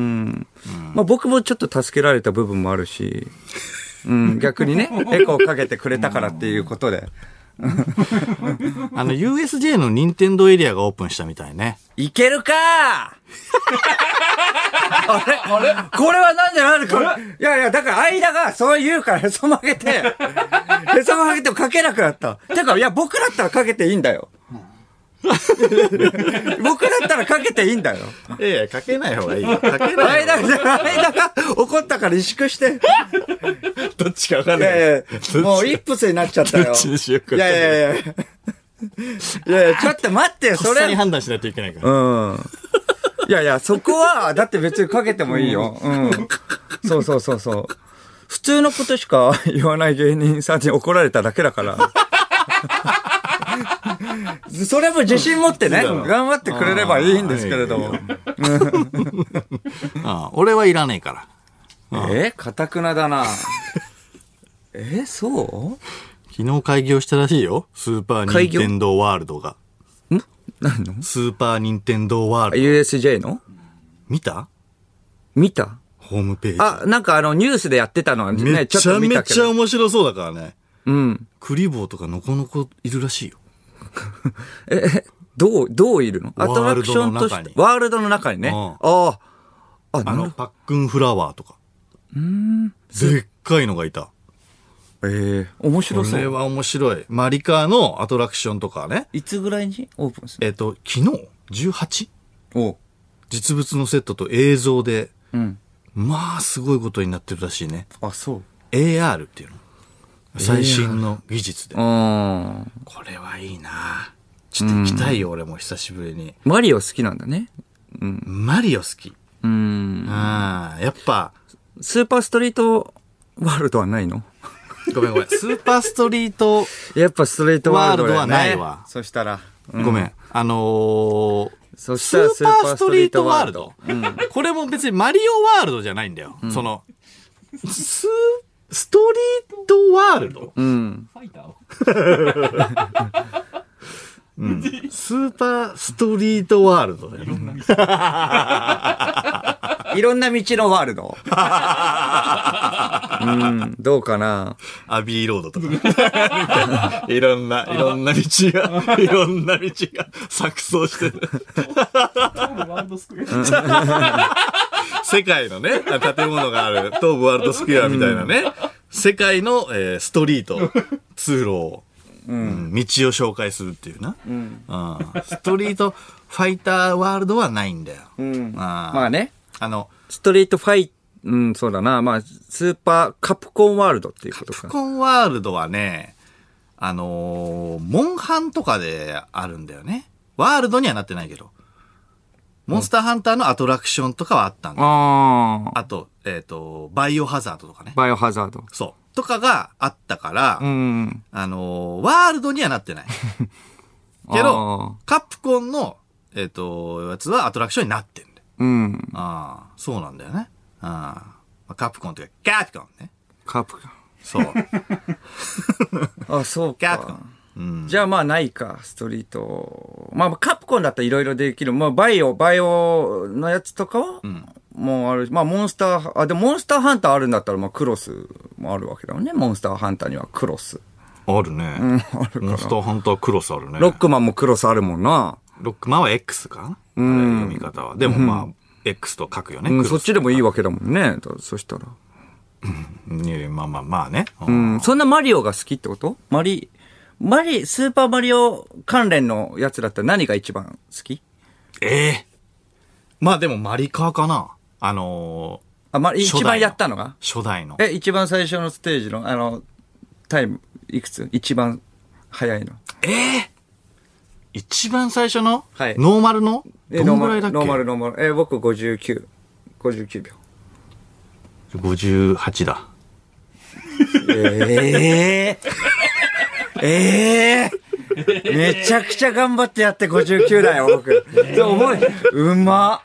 まあ僕もちょっと助けられた部分もあるし、うん、逆にね、エコーかけてくれたからっていうことで。 あの ユーエスジェー の任天堂エリアがオープンしたみたいね。 いけるかーあれあれこれはなんでなんでこれいやいや、だから間がそう言うからへそ曲げて、へそ曲げてもかけなくなった。てか、いや、僕だったらかけていいんだよ。僕だったらかけていいんだよ。 いやいや、かけない方がいいよ。かけない間が、間が怒ったから萎縮して。 どっちかわかんない。いやいや、もうイップスになっちゃったよ。 どっちにしようか。 いやいやいや。いやいや、ちょっと待ってよ、 それ。とっさに判断しないといけないから。 うん。いやいや、そこは、だって別にかけてもいいよ。うん。そうそうそうそう。普通のことしか言わない芸人さんに怒られただけだから。それも自信持ってね、頑張ってくれればいいんですけれども。 ああ俺はいらねえから。 えかたくなだな。えそう昨日開業したらしいよ。スーパーニンテンドーワールドが。 ん何のスーパーニンテンドーワールド。 ユーエスジェー の見た見たホームページ。 あ、なんかあのニュースでやってたのはね、 めちゃめちゃ面白そうだからね。 うん。 クリボーとかのこのこいるらしいよ。 え、どう、どういるのアトラクションとして。ワールドの中にね。ああ。 あ、あの、パックンフラワーとか。 うん。 でっかいのがいた。 ええー、面白そう。 これは面白い。マリカーのアトラクションとかね。 いつぐらいにオープンする？ えっと、昨日 じゅうはち? お実物のセットと映像で。 うん。 まあ、すごいことになってるらしいね。 あ、そう。 エーアール っていうの。最新の技術で。 うん。 これはいいなちょっと行きたいよ、俺も久しぶりに。 マリオ好きなんだね。 うん。マリオ好き。 うん。 ああ、やっぱ。 スーパーストリートワールドはないの？ ごめんごめん。スーパーストリート。 やっぱストリートワールドはないわ。 そしたら。 うん、ごめん。あのー、 そしたらスーパーストリートワールド。うん、これも別にマリオワールドじゃないんだよ。うん、その、ス、ストリートワールド。 うん。 ファイターうん、スーパーストリートワールドだよ。 いろんな道のワールド。うん、どうかな。 アビーロードとか。いろんな、いろんな道が、いろんな道が錯綜してる。世界のね、建物がある東部ワールドスクエアみたいなね、うん、世界の、えー、ストリート、通路を、うん、道を紹介するっていうな、うん、ストリートファイターワールドはないんだよ。 うん、あまあね。 あの、 ストリートファイ、うん、そうだな。まあ、スーパーカプコンワールドっていうことか。 カプコンワールドはね、あのー、モンハンとかであるんだよね。ワールドにはなってないけど。モンスターハンターのアトラクションとかはあったんだ。 ああと、えっ、ー、と、バイオハザードとかね。 バイオハザード。 そう。とかがあったから、 うん、 あのー、ワールドにはなってない。けど、カプコンの、えっ、ー、と、やつはアトラクションになってんだよ。 うん。 ああ、そうなんだよね。ああ。カプコンってか、カプコンね。 カプコン。 そう。 あ、そうか。 カプコン。うん、 じゃあまあないか、ストリート。まあカプコンだったらいろいろできる。まあバイオ、バイオのやつとかは、うん、もうある。まあモンスター、あ、でもモンスターハンターあるんだったら、まあクロスもあるわけだもんね。モンスターハンターにはクロス。 あるね。 うん、あるから。 モンスターハンタークロスあるね。 ロックマンもクロスあるもんな。 ロックマンは X かうん。読み方は。でもまあ、うん、X と書くよね、 うん。そっちでもいいわけだもんね。そしたら。 うん。いや、まあまあまあね。 うん。そんなマリオが好きってこと？マリ、マリ、スーパーマリオ関連のやつだったら何が一番好き？ ええー、 まあでもマリカーかな。あのー、あ、ま、一番やったのが初代の。 え、一番最初のステージの、あの、タイム、いくつ一番早いの。 ええー、一番最初のはい。 ノーマルのどんぐらいだっけ？ ノーマル、ノーマル。えー、僕ごじゅうきゅう。ごじゅうきゅうびょう。 ごじゅうはちだ。 ええー。ええー。めちゃくちゃ頑張ってやってごじゅうきゅうだよ、僕。覚え、うまっ。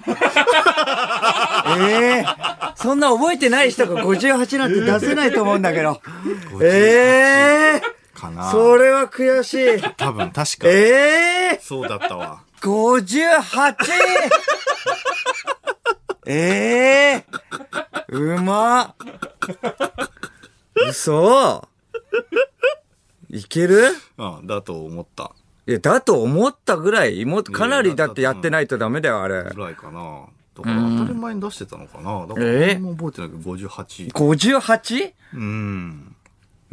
ええー。そんな覚えてない人がごじゅうはちなんて出せないと思うんだけど。ええー。 かな。 それは悔しい。 多分確か。 ええー。 そうだったわ。 ごじゅうはち! ええー。うまっ。嘘いける？ うん、だと思った。 いや、だと思ったぐらい、もかなりだってやってないとダメだよ、あれ。 ぐらいかな。だから当たり前に出してたのかな。だから俺も覚えてないけど、ごじゅうはち。 ごじゅうはち? うん。 うん。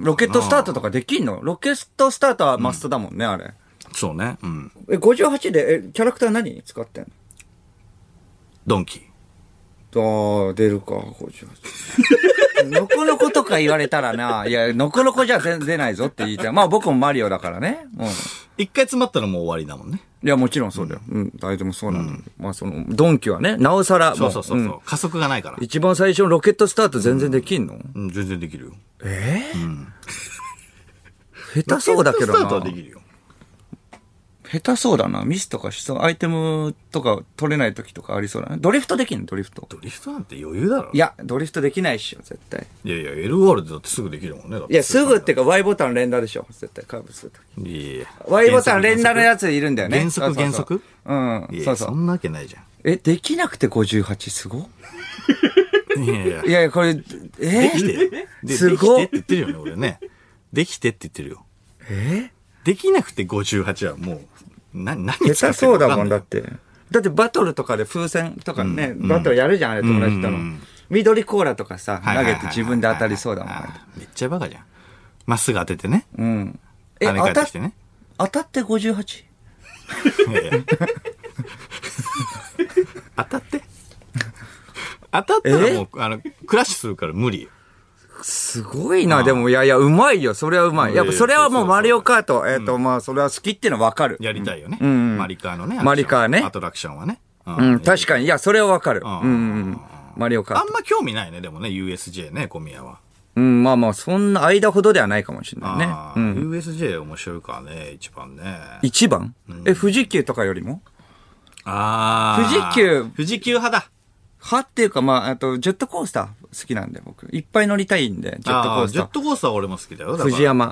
ロケットスタートとかできんの？ロケットスタートはマストだもんね、うん、あれ。 そうね。うん。 え、ごじゅうはちで、え、キャラクター何使ってんの？ ドンキー。 ああ、出るか、ごじゅうはち。のこのことか言われたらな、いや、のこのこじゃ出ないぞって言いたい。まあ僕もマリオだからね。うん。 一回詰まったらもう終わりだもんね。 いや、もちろんそうだよ。うん。誰でもそうなんだ、うん、まあその、ドンキはね、なおさら。 そうそうそうそう、うん。加速がないから。 一番最初のロケットスタート全然できんの？ うん、うん、全然できるよ。 ええー、 うん。 下手そうだけどな。 ロケットスタートはできるよ。 下手そうだな。ミスとかしそう。アイテムとか取れない時とかありそうだね。ドリフトできんの？ドリフト。 ドリフトなんて余裕だろ。 いや、ドリフトできないっしょ、絶対。 いやいや、エルアール でだってすぐできるもんね。だっていや、すぐっていうか Y ボタン連打でしょ。絶対カーブするとき。 いやいや。 Y ボタン連打のやついるんだよね。 原則原則うん。 いやそうそう。 そんなわけないじゃん。 え、できなくてごじゅうはちすごいやいや。 いやいや、これ、えー、 できて。 すごできてって言ってるよね、俺ね。できてって言ってるよ。 えー、できなくてごじゅうはちはもう、な、何使ってる下手そうだもんだって。だってバトルとかで風船とかね、うん、バトルやるじゃん、あれ友達との。うん、緑コーラとかさ、投げて自分で当たりそうだもん。 めっちゃバカじゃん。まっすぐ当ててね。 うん。 え、跳ね返ってきてね。 当たって ごじゅうはち? いやいや当たって当たったらもう、あの、クラッシュするから無理よ。 すごいな、でも、いやいや、うまいよ。それはうまい。やっぱ、それはもうマリオカート、えっと、まあ、それは好きっていうのはわかる。 やりたいよね。 うん。 マリカーのね。 マリカーね。 アトラクションはね。 うん、確かに。いや、それはわかる。うん。マリオカート。 あんま興味ないね、でもね、ユーエスジェー ね、小宮は。 うん、まあまあ、そんな間ほどではないかもしれないね。 うん。ユーエスジェー 面白いからね、一番ね。 一番え、富士急とかよりもああ。 富士急。 富士急派だ。 派っていうか、まあ、あと、ジェットコースター好きなんで、僕。いっぱい乗りたいんで、ジェットコースター。 ジェットコースターは俺も好きだよ。 藤山。 うん。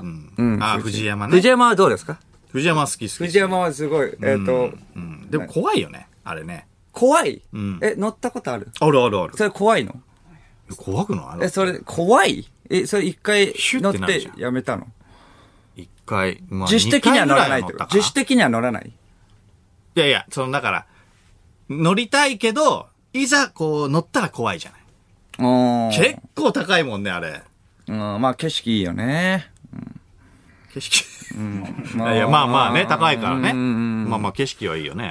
ああ、藤山ね。 藤山はどうですか？ 藤山は好き好き。 藤山はすごい、えっと。 うん。でも怖いよね、あれね。 怖い？ うん。 え、乗ったことある？ あるあるある。 それ怖いの？ 怖くない？ え、それ、怖い？え、それ一回乗ってやめたの？ 一回。 まあ、自主的には乗らないってこと。自主的には乗らない？ いやいや、その、だから、乗りたいけど、いざ、こう、乗ったら怖いじゃない。結構高いもんね、あれ。 うん、まあ、景色いいよね。 うん、景色、うん、まあ、いや、まあまあね、高いからね。まあまあ、景色はいいよね。 うん、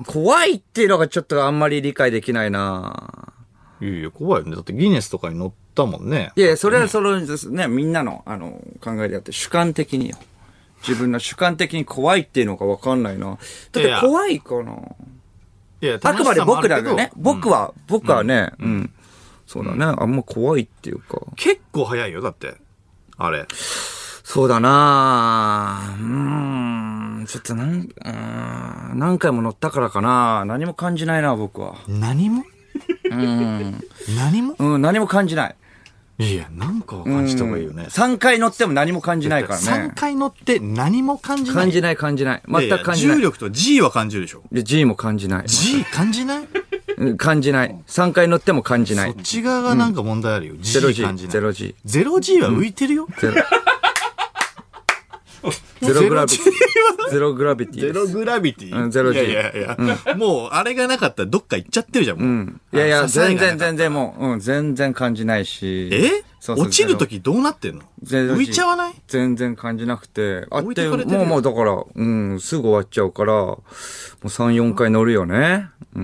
怖いっていうのがちょっとあんまり理解できないないやいや、怖いよね。だってギネスとかに乗ったもんね。 いやいや、それはその、ね、みんなの、あの、考えであって、主観的によ。自分の主観的に怖いっていうのがわかんないな。だって怖いかな。 いや、 あくまで僕らがね、僕は、僕はね、うん。そうだね、あんま怖いっていうか。 結構早いよ、だって。あれ。 そうだなうーん、ちょっとなん、何回も乗ったからかな何も感じないな、僕は。 何もうん。 何もうん、何も感じない。 いや、なんかは感じた方がいいよね。 さんかい乗っても何も感じないからね。 さんかい乗って何も感じない。 感じない感じない。全く感じない。 重力と G は感じるでしょ。 で、G も感じない。 G 感じない感じない。さんかい乗っても感じない。 そっち側がなんか問題あるよ。G 感じない。 ゼロ G。 ゼロ G は浮いてるよ。ゼロ。 ゼログラビティ。ゼログラビティ。 ゼログラビティ。 うん、ゼロ G。 いやいやいや、もうあれがなかったらどっか行っちゃってるじゃん、もう。うん。 いやいや、全然全然もう、うん、全然感じないし。 え落ちるときどうなってんの？浮いちゃわない？ 全然感じなくて。あって、もうもうだから、うん、すぐ終わっちゃうから、もうさん、よんかい乗るよね。 うん。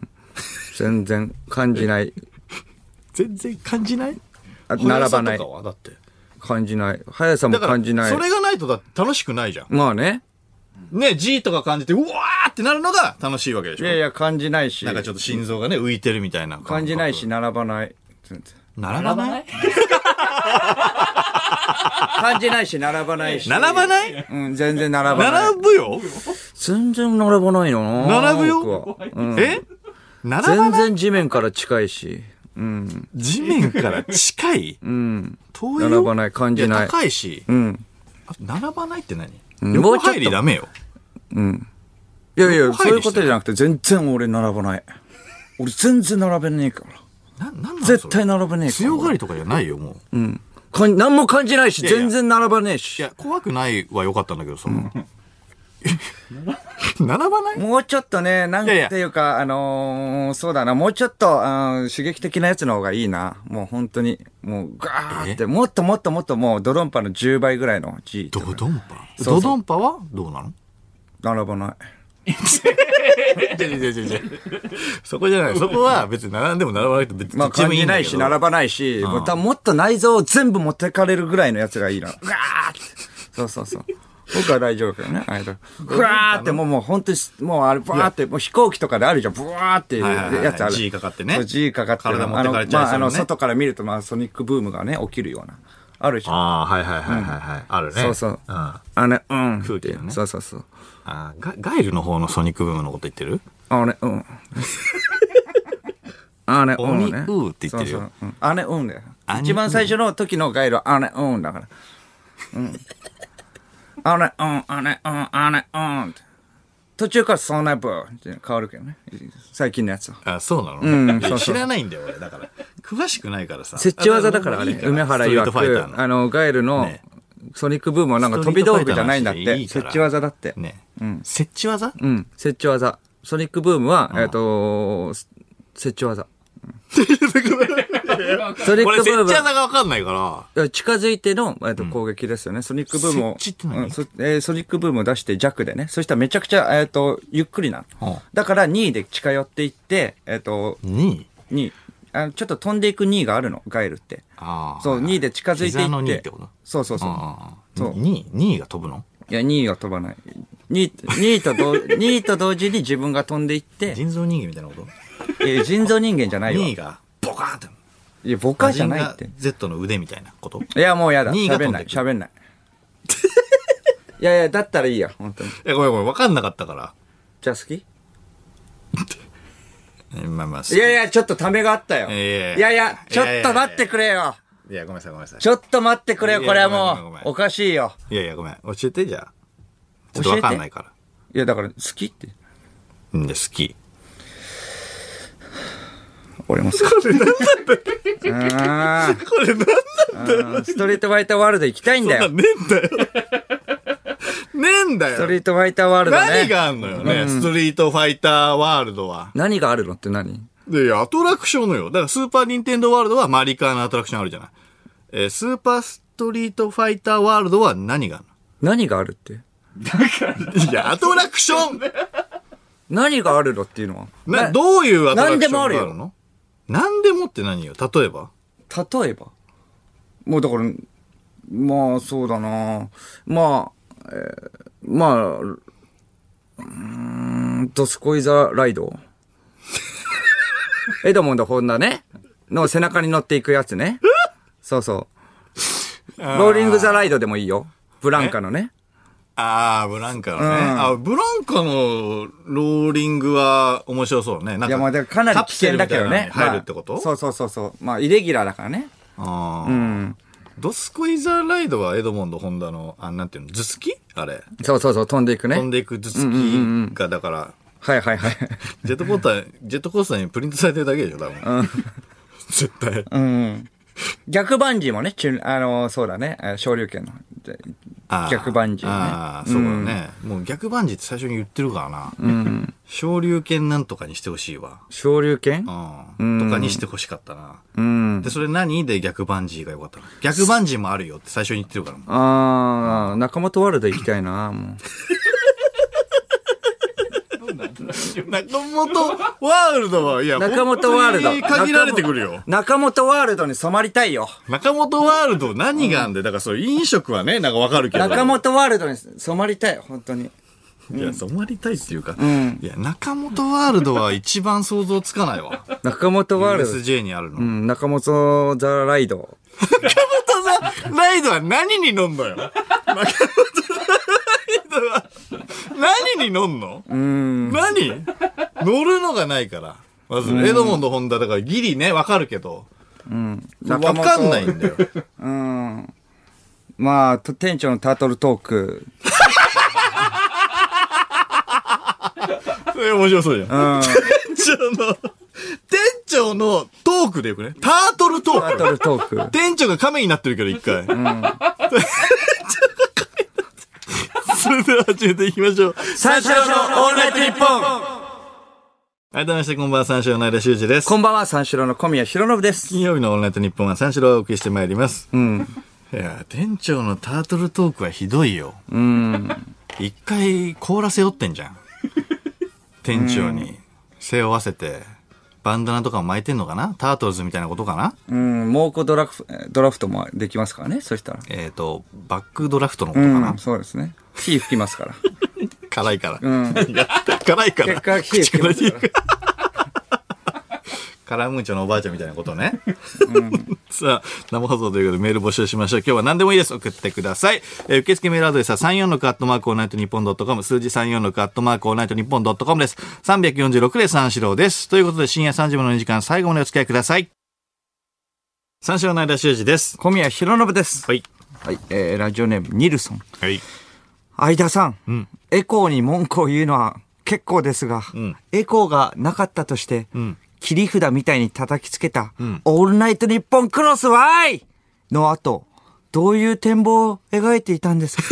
全然感じない。 全然感じない？ あ、並ばない。 速さとかはだって。 感じない。速さも感じない。 それがないとだって楽しくないじゃん。 まあね。 ね、G とか感じて、うわーってなるのが楽しいわけでしょ。 いやいや、感じないし。 なんかちょっと心臓がね、浮いてるみたいな。 感じないし、並ばない。 並ばない感じないし、並ばないし。 並ばない？ うん、全然並ばない。 並ぶよ？ 全然並ばないのな。並ぶよ？うん、え？並ばない？ 全然地面から近いし。うん。 地面から近い？ うん。 遠いよ。 並ばない、感じない。いや高いし。 うん。 並ばないって何？ うん、 横入りダメよ。 うん。いやいや、そういうことじゃなくて、全然俺並ばない。俺全然並べねえから。 な、なんなん絶対並べねえから。 強がりとかじゃないよ、もう。うん。かん、何も感じないし、いやいや全然並ばねえし。 いや、怖くないは良かったんだけどさ。並ばない？ もうちょっとね、なんていうか、いやいやあのー、そうだな、もうちょっと、刺激的なやつの方がいいな。もう本当に、もうガーって、もっともっともっともうドドンパのじゅうばいぐらいの G。 ドドンパ？ドドンパはどうなの？ 並ばない。 そこじゃない。そこは別に並んでも並ばないと別に。 まあ感じないし、並ばないし、うん、も, もっと内臓を全部持ってかれるぐらいのやつがいいな。うわーって。そうそうそう。僕は大丈夫だよね。あれだ。ぐわーってもうもう本当に、もうあれ、ブワーって、もう飛行機とかであるじゃん。ブワーっていうやつある。 G かかってね。 そう、G かかってる。 体持ってかれちゃう、ね。 まあ、あの、外から見ると、まあ、ソニックブームがね、起きるような。あるじゃん。 ああ、はいはいはいはいはい。あるね。 そうそう。 うん。 あれ、うん。 空気のね。 そうそうそう。 ああ、ガイルの方のソニックブームのこと言ってる？ あれ、うん。あれ、うん。 鬼うーって言ってるよ。 そうそう。あれ、うんだよ。一番最初の時のガイルは、あれ、うんだから。うん。あれ、うん、あれ、うん、あれ、うん。途中からそんなブーって変わるけどね。最近のやつは。 あ、そうなの？ うん、 そうそう。知らないんだよ、俺。だから。詳しくないからさ。 設置技だから、あれ。梅原曰く、あの、ガイルのソニックブームはなんか飛び道具じゃないんだって。設置技だって。 ね。うん。設置技？ うん。設置技。ソニックブームは、えっと、設置技。 ソニックブーム。俺、設置技がわかんないから。 近づいての、えっと、攻撃ですよね。ソニックブームを。 設置って何？ そえー、ソニックブームを出して弱でね。そしたらめちゃくちゃ、えっと、ゆっくりなの。だからにいで近寄っていって、えっと、 にい ? にい。あの、ちょっと飛んでいくにいがあるの、ガイルって。 ああ。 そう、にいで近づいていって。膝のにいってこと？そうそうそう。 そう。にい、にいが飛ぶの？ いや、にいが飛ばない。にい、にいと同、にいと同時に自分が飛んでいって。 人造人間みたいなこと？ えー、人造人間じゃないよ。 にいが、ボカーンって。 いや、ボカじゃないって。 Z の腕みたいなこと？ いや、もうやだ。喋んない。喋んない。いやいや、だったらいいや、本当に。いや、ごめんごめん、わかんなかったから。 じゃあ好き？ まあまあ、 いやいや、ちょっとためがあったよ。いやいやいや、ちょっと待ってくれよ。 いや、ごめんなさい、ごめんなさい。 ちょっと待ってくれよ、これはもう。おかしいよ。 いやいや、ごめん。教えて、じゃあ。ちょっとわかんないから。 いや、だから、好きって。 んで、好き。 俺も好き。 これなんなんだあこれなんなんだストリートファイターワールド行きたいんだよ。 そんなねえんだよ。ねえんだよ。 ストリートファイターワールドね。 何があんのよね、うん、ストリートファイターワールドは。 何があるのって何？ で、アトラクションのよ。だからスーパーニンテンドーワールドはマリカーのアトラクションあるじゃない。えー、スーパーストリートファイターワールドは何があるの？何があるって？ だから。いや、アトラクション何があるのっていうのはな、どういうアトラクションがあるの？ 何でもあるよ。 何でもって何よ？例えば？ 例えばもうだから、まあそうだなまあ、えー、まあ、うーん、ドスコイザライドエドモンド・ホンダねの背中に乗っていくやつね。そうそう。ローリング・ザ・ライドでもいいよ。ブランカのね。 ああ、ブランカのね、うん。あ、ブランカのローリングは面白そうね。なんかいや、まあ、かなり危険だけどね。 入るってこと、 まあ、そうそうそうそう。まあ、イレギュラーだからね。 ああ。 うん。 ドスコイザーライドはエドモンド・ホンダの、あ、なんていうの、頭突きあれ。 そうそうそう、飛んでいくね。 飛んでいく頭突きが、だから、うんうんうん、 はいはいはい。 ジェットコースター、ジェットコースターにプリントされてるだけでしょ、多分。うん、絶対。 うん。逆バンジーもね、あのー、そうだね、昇竜拳の。逆バンジーね。 ああ、そうだね、うん。もう逆バンジーって最初に言ってるからな。うん。昇竜拳なんとかにしてほしいわ。 昇竜拳？ うん。とかにしてほしかったな。うん。で、それ何で逆バンジーがよかったの？逆バンジーもあるよって最初に言ってるからも。 ああ、中本ワールド行きたいな、もう。 中本ワールドは、いや、 中本ワールド。 本当に限られてくるよ。 中本ワールドに染まりたいよ。 中本ワールド何があんで、だからそう飲食はね、なんかわかるけど。 中本ワールドに染まりたい、本当に。 いや、染まりたいっていうか、 うん、 いや、中本ワールドは一番想像つかないわ。 中本ワールド。 ユーエスジェー にあるの。 うん、中本ザライド。 中本ザライドは何に乗んのよ。中本ザライドは何に乗んの？ うん。 何？乗るのがないから。まず、エドモンド・ホンダだからギリね、わかるけど。 うん。 わかんないんだよ。 うん。まあ、店長のタートルトーク。 それ面白そうじゃん。 うん。 店長の、店長のトークでよくね。タートルトーク。 タートルトーク。 店長が亀になってるけど、一回。うん。店長が亀になってる。それでは始めていきましょう。 三四郎のオールナイトニッポン。 改めまして、こんばんは、三四郎の間修二です。 こんばんは、三四郎の小宮浩信です。 金曜日のオールナイトニッポンは三四郎をお送りしてまいります。 うん。 いや、店長のタートルトークはひどいよ。 うん。 一回、甲羅背負ってんじゃん。店長に背負わせて、バンダナとかも巻いてんのかな？タートルズみたいなことかな？ うん、猛虎ドラフ、ドラフトもできますからね、そしたら。 えっと、バックドラフトのことかな？ うん、そうですね。火吹きますから。 辛いから。 うん。 辛いから。 結果、火吹きますから。 カラムーチョのおばあちゃんみたいなことね。うん、さあ、生放送ということでメール募集しましょう。今日は何でもいいです。送ってください。えー、受付メールアドレスはさんよんろくアットマークオールナイトニッポンドットコム、数字さんよんろくアットマークオールナイトニッポンドットコムです。さんびゃくよんじゅうろくで三四郎です。ということで深夜さんじまでのにじかん最後までお付き合いください。三四郎の間修二です。 小宮浩信です。 はい。 はい。えー、ラジオネームニルソン。 はい。 相田さん。 うん。 エコーに文句を言うのは結構ですが、うん、エコーがなかったとして、うん、切り札みたいに叩きつけた、うん、オールナイトニッポンクロスワイの後、どういう展望を描いていたんですか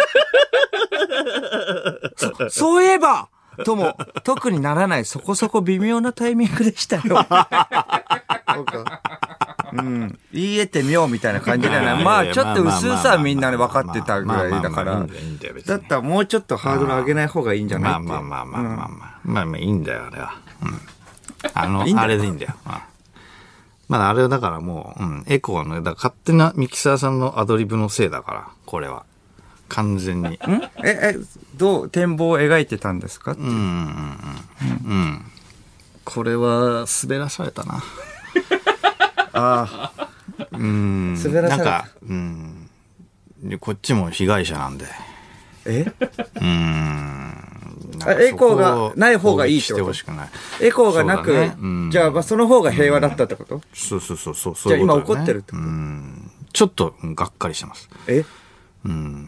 そ, そういえばとも、特にならないそこそこ微妙なタイミングでしたよ。そうか。うん。言い得て妙みたいな感じだよね。まあ、ちょっと薄々はみんなで分かってたぐらいだから。だったらもうちょっとハードル上げない方がいいんじゃないって。 まあまあまあまあまあまあ。まあまあいいんだよ、あれは。うん。あの、いいあれでいいんだよ。うん、まだあれはだからもう、うん、エコーの、だから勝手なミキサーさんのアドリブのせいだから、これは。完全に。んえ、え、どう展望を描いてたんですかって。うん、うん、うん。 うん。これは、滑らされたな。 ああ。 うん。 滑らされた。 なんか、うん。こっちも被害者なんで。 えうん。 エコーがない方がいいってこと？エコーがなく、ね、うん、じゃあ、まあ、その方が平和だったってこと？うん、 そうそうそうそう。 じゃあ今怒ってるってこと？ うん。ちょっとがっかりしてます。 え？ うん。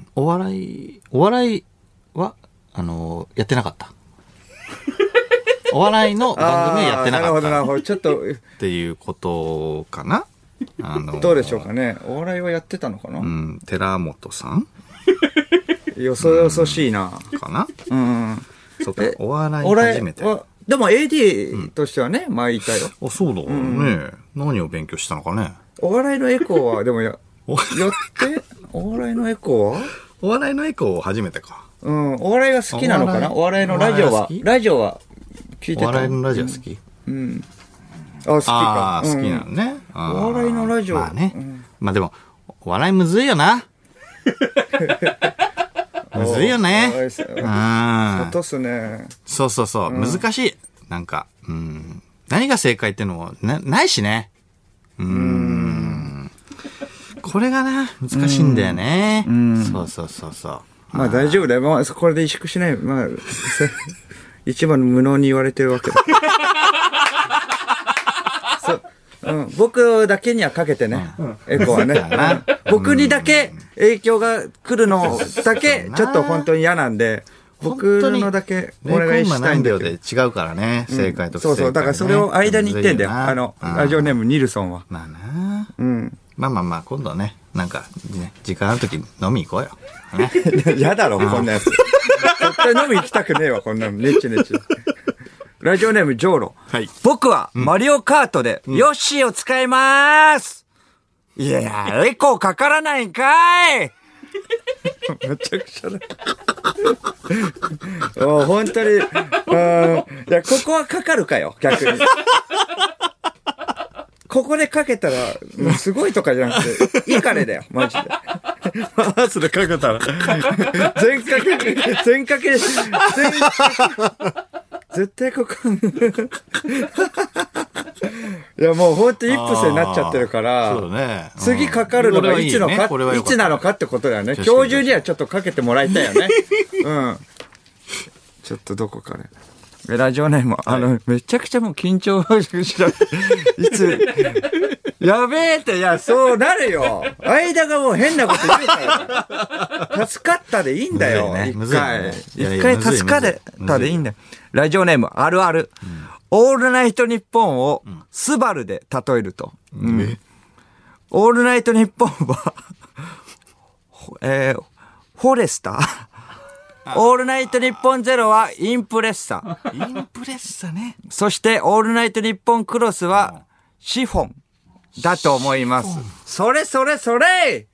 お笑い、お笑いは、あの、やってなかった。お笑いの番組はやってなかった。なるほど、なるほど。ちょっと。っていうことかな？ あのー、どうでしょうかね。お笑いはやってたのかな？ うん。寺本さんよそよそしいな。 うん、かな？ うん。 そうか、お笑い初めて。 でも エーディー としてはね、うん、前いたよ。 あ、そうだね、うん。何を勉強したのかね。 お笑いのエコーは、でもや、やって、お笑いのエコーはお笑いのエコー初めてか。 うん、お笑いが好きなのかな？お笑いのラジオは、ラジオは聞いてた。 お笑いのラジオ好き？ うん。うん、あ、好きか。 ああ、好きなのね。 お笑いのラジオ。 まあね。うん、まあでも、お笑いむずいよな。むずいよね。うん。 落とすね。 そうそうそう。うん、難しい。なんか、うん。何が正解っていうのもな、ないしね。うーん。これがな、難しいんだよね。うん。そうそうそうそう。 まあ大丈夫だよ。まあ、これで萎縮しない。まあ、一番無能に言われてるわけだ。そう。うん、僕だけにはかけてね、うん、エコはね、うん、僕にだけ影響が来るのだけちょっと本当に嫌なんで、僕のだけお願いしたいんだけど。 で違うからね、正解と不正解、ね、 そうそう、だからそれを間に言ってんだよ、あの、ラジオネームニルソンは。 まあな、 うん、 まあまあまあ、今度はね、なんか、ね、時間あるとき飲み行こうよ。 嫌、ね、だろ、こんなやつ。絶対飲み行きたくねえわ、こんなの。ネチネチ。ラジオネームジョーロ。 はい。 僕はマリオカートでヨッシーを使いまーす。うん、いや、エコーかからないんかい。 めちゃくちゃだ。もう本当に、うん。いや、ここはかかるかよ、逆に。ここでかけたら、すごいとかじゃなくて、いいかねだよ、マジで。 マースでかけたら。 全かけ、全かけ、全かけ。絶対ここ。いや、もう本当イップスになっちゃってるから、 そうだね。うん、 次かかるのがいつのか、いいね、いつなのかってことだよね。今日中にはちょっとかけてもらいたいよね。うん。ちょっとどこかね。ラジオネーム、あの、はい、めちゃくちゃもう緊張しら、いつ、やべえって、いや、そうなるよ。間がもう変なこと言うから。助かったでいいんだよ。一、ね、回。一、ね、回助かったでいいんだよ。ラジオネーム、あるある。うん、オールナイトニッポンをスバルで例えると。うんうん、オールナイトニッポンは、えー、フォレスターオールナイトニッポンゼロはインプレッサ。 インプレッサね。 そしてオールナイトニッポンクロスはシフォンだと思います。それそれそれ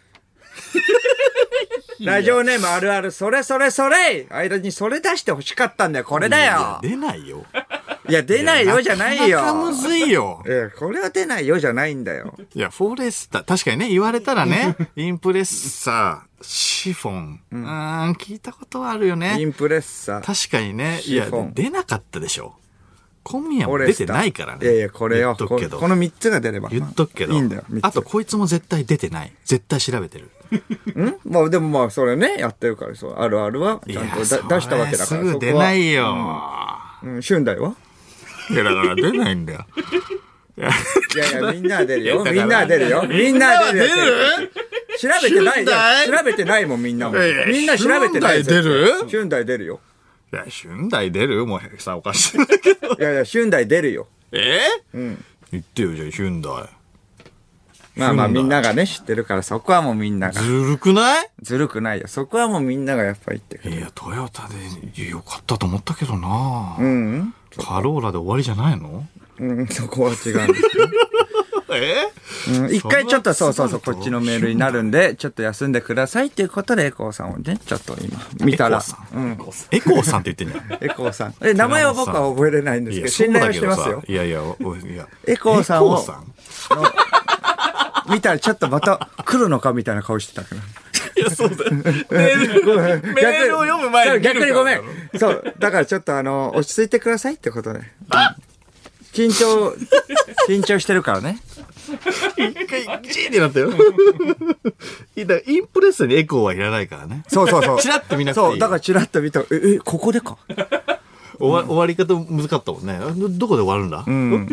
ラジオネームあるある、それそれそれ間にそれ出して欲しかったんだよ。これだよ。いや出ないよ。 いや、出ないよじゃないよ。 なかなかむずいよ。 いや、これは出ないよじゃないんだよ。 いや、フォレスタ、確かにね、言われたらね、インプレッサー、シフォン。うん、ん、聞いたことはあるよね。 インプレッサー。 確かにね。いや、出なかったでしょ。小宮も出てないからね。 いやいや、これよ。このみっつが出れば。 言っとくけど。 いいんだよ。 あと、こいつも絶対出てない。絶対調べてる。 んまあ、でもまあ、それね、やってるから、そう、あるあるは、ちゃんと出したわけだから。 すぐ出ないよ。 うん、春代はいや、だから出ないんだよ。 いやいや、みんなは出るよ。みんなは出るよ。みんなは出るよ。調べてないじゃん。調べてないもん、みんなも。みんな調べてない。 春代出る？ 春代出るよ。 いや、春代出るもうさ、おかしいんだけど。 いやいや、春代出るよ。 えー、うん。 言ってよ、じゃあ、春代。 まあまあ、みんながね、知ってるから、そこはもうみんなが。 ずるくない？ ずるくないよ。そこはもうみんながやっぱ言ってくる。 いや、トヨタでよかったと思ったけどな。 うん。 カローラで終わりじゃないの？ うん、そこは違うんですよ。 えうん、一回ちょっとそうそうそう、こっちのメールになるんで、ちょっと休んでくださいっていうことで、エコーさんをね、ちょっと今、見たら。 エコーさん。うん、エコーさんって言ってんじゃん。 エコーさん。え、名前は僕は覚えれないんですけど、信頼はしてますよ。 いやいや、いや。 エコーさんを、見たらちょっとまた来るのかみたいな顔してたから。 いや、そうだよ。メール、メールを読む前に。 逆にごめん。そう。だからちょっとあの、落ち着いてくださいってことで。緊張、緊張してるからね。 一回、ジーってなったよ。インプレッサにエコーはいらないからね。 そうそうそう。 チラッと見なくていい。 そう、だからチラッと見たら、え、え、ここでか終わ終わり方難かったもんね。どこで終わるんだ、 うん、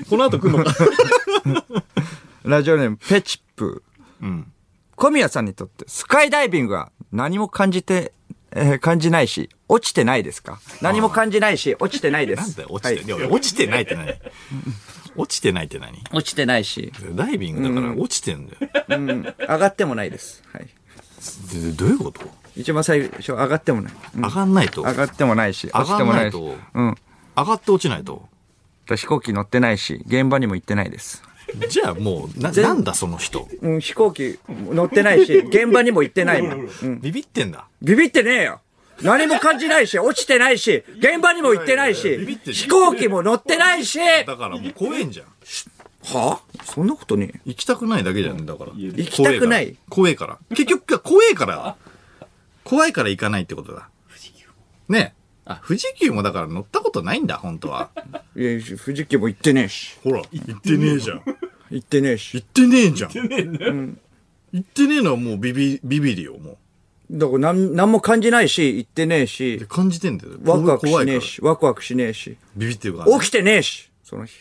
この後来るのか。 ラジオネーム、ペチップ。 うん。 小宮さんにとってスカイダイビングは何も感じて、えー、感じないし、落ちてないですか？何も感じないし、落ちてないです。 なんだよ、落ちて、はい、いや落ちてないって何？落ちてないって何？ 落ちてないし。 ダイビングだから落ちてんだよ。 うん。うん、上がってもないです。はい。 でどういうこと？ 一番最初上がってもない。 うん、上がんないと。 上がってもないし、落ちてもないし。 上がんないと。 うん。 上がって落ちないと。 飛行機乗ってないし、現場にも行ってないです。 じゃあもう、な、なんだその人。 うん、飛行機乗ってないし、現場にも行ってないもん。うん、 ビビってんだ。 ビビってねえよ。何も感じないし、落ちてないし、現場にも行ってないし、飛行機も乗ってないし。 だからもう怖えんじゃん。 はぁ？そんなことね。 行きたくないだけじゃん、だから。 行きたくない？ 怖えから。結局、怖えから。怖いから行かないってことだ。ねえ。あ、富士急もだから乗ったことないんだ、本当は。 いや、富士急も行ってねえし。 ほら、行ってねえじゃん。 行ってねえし。 行ってねえじゃん。行ってねえんだよ。うん。行ってねえのはもうビビ、ビビりよ、もう。だからなん、なんも感じないし、行ってねえし。 感じてんだよ。 ワクワクしねえし。ワクワクしねえし。 ビビってるから、 ね。起きてねえし。その日。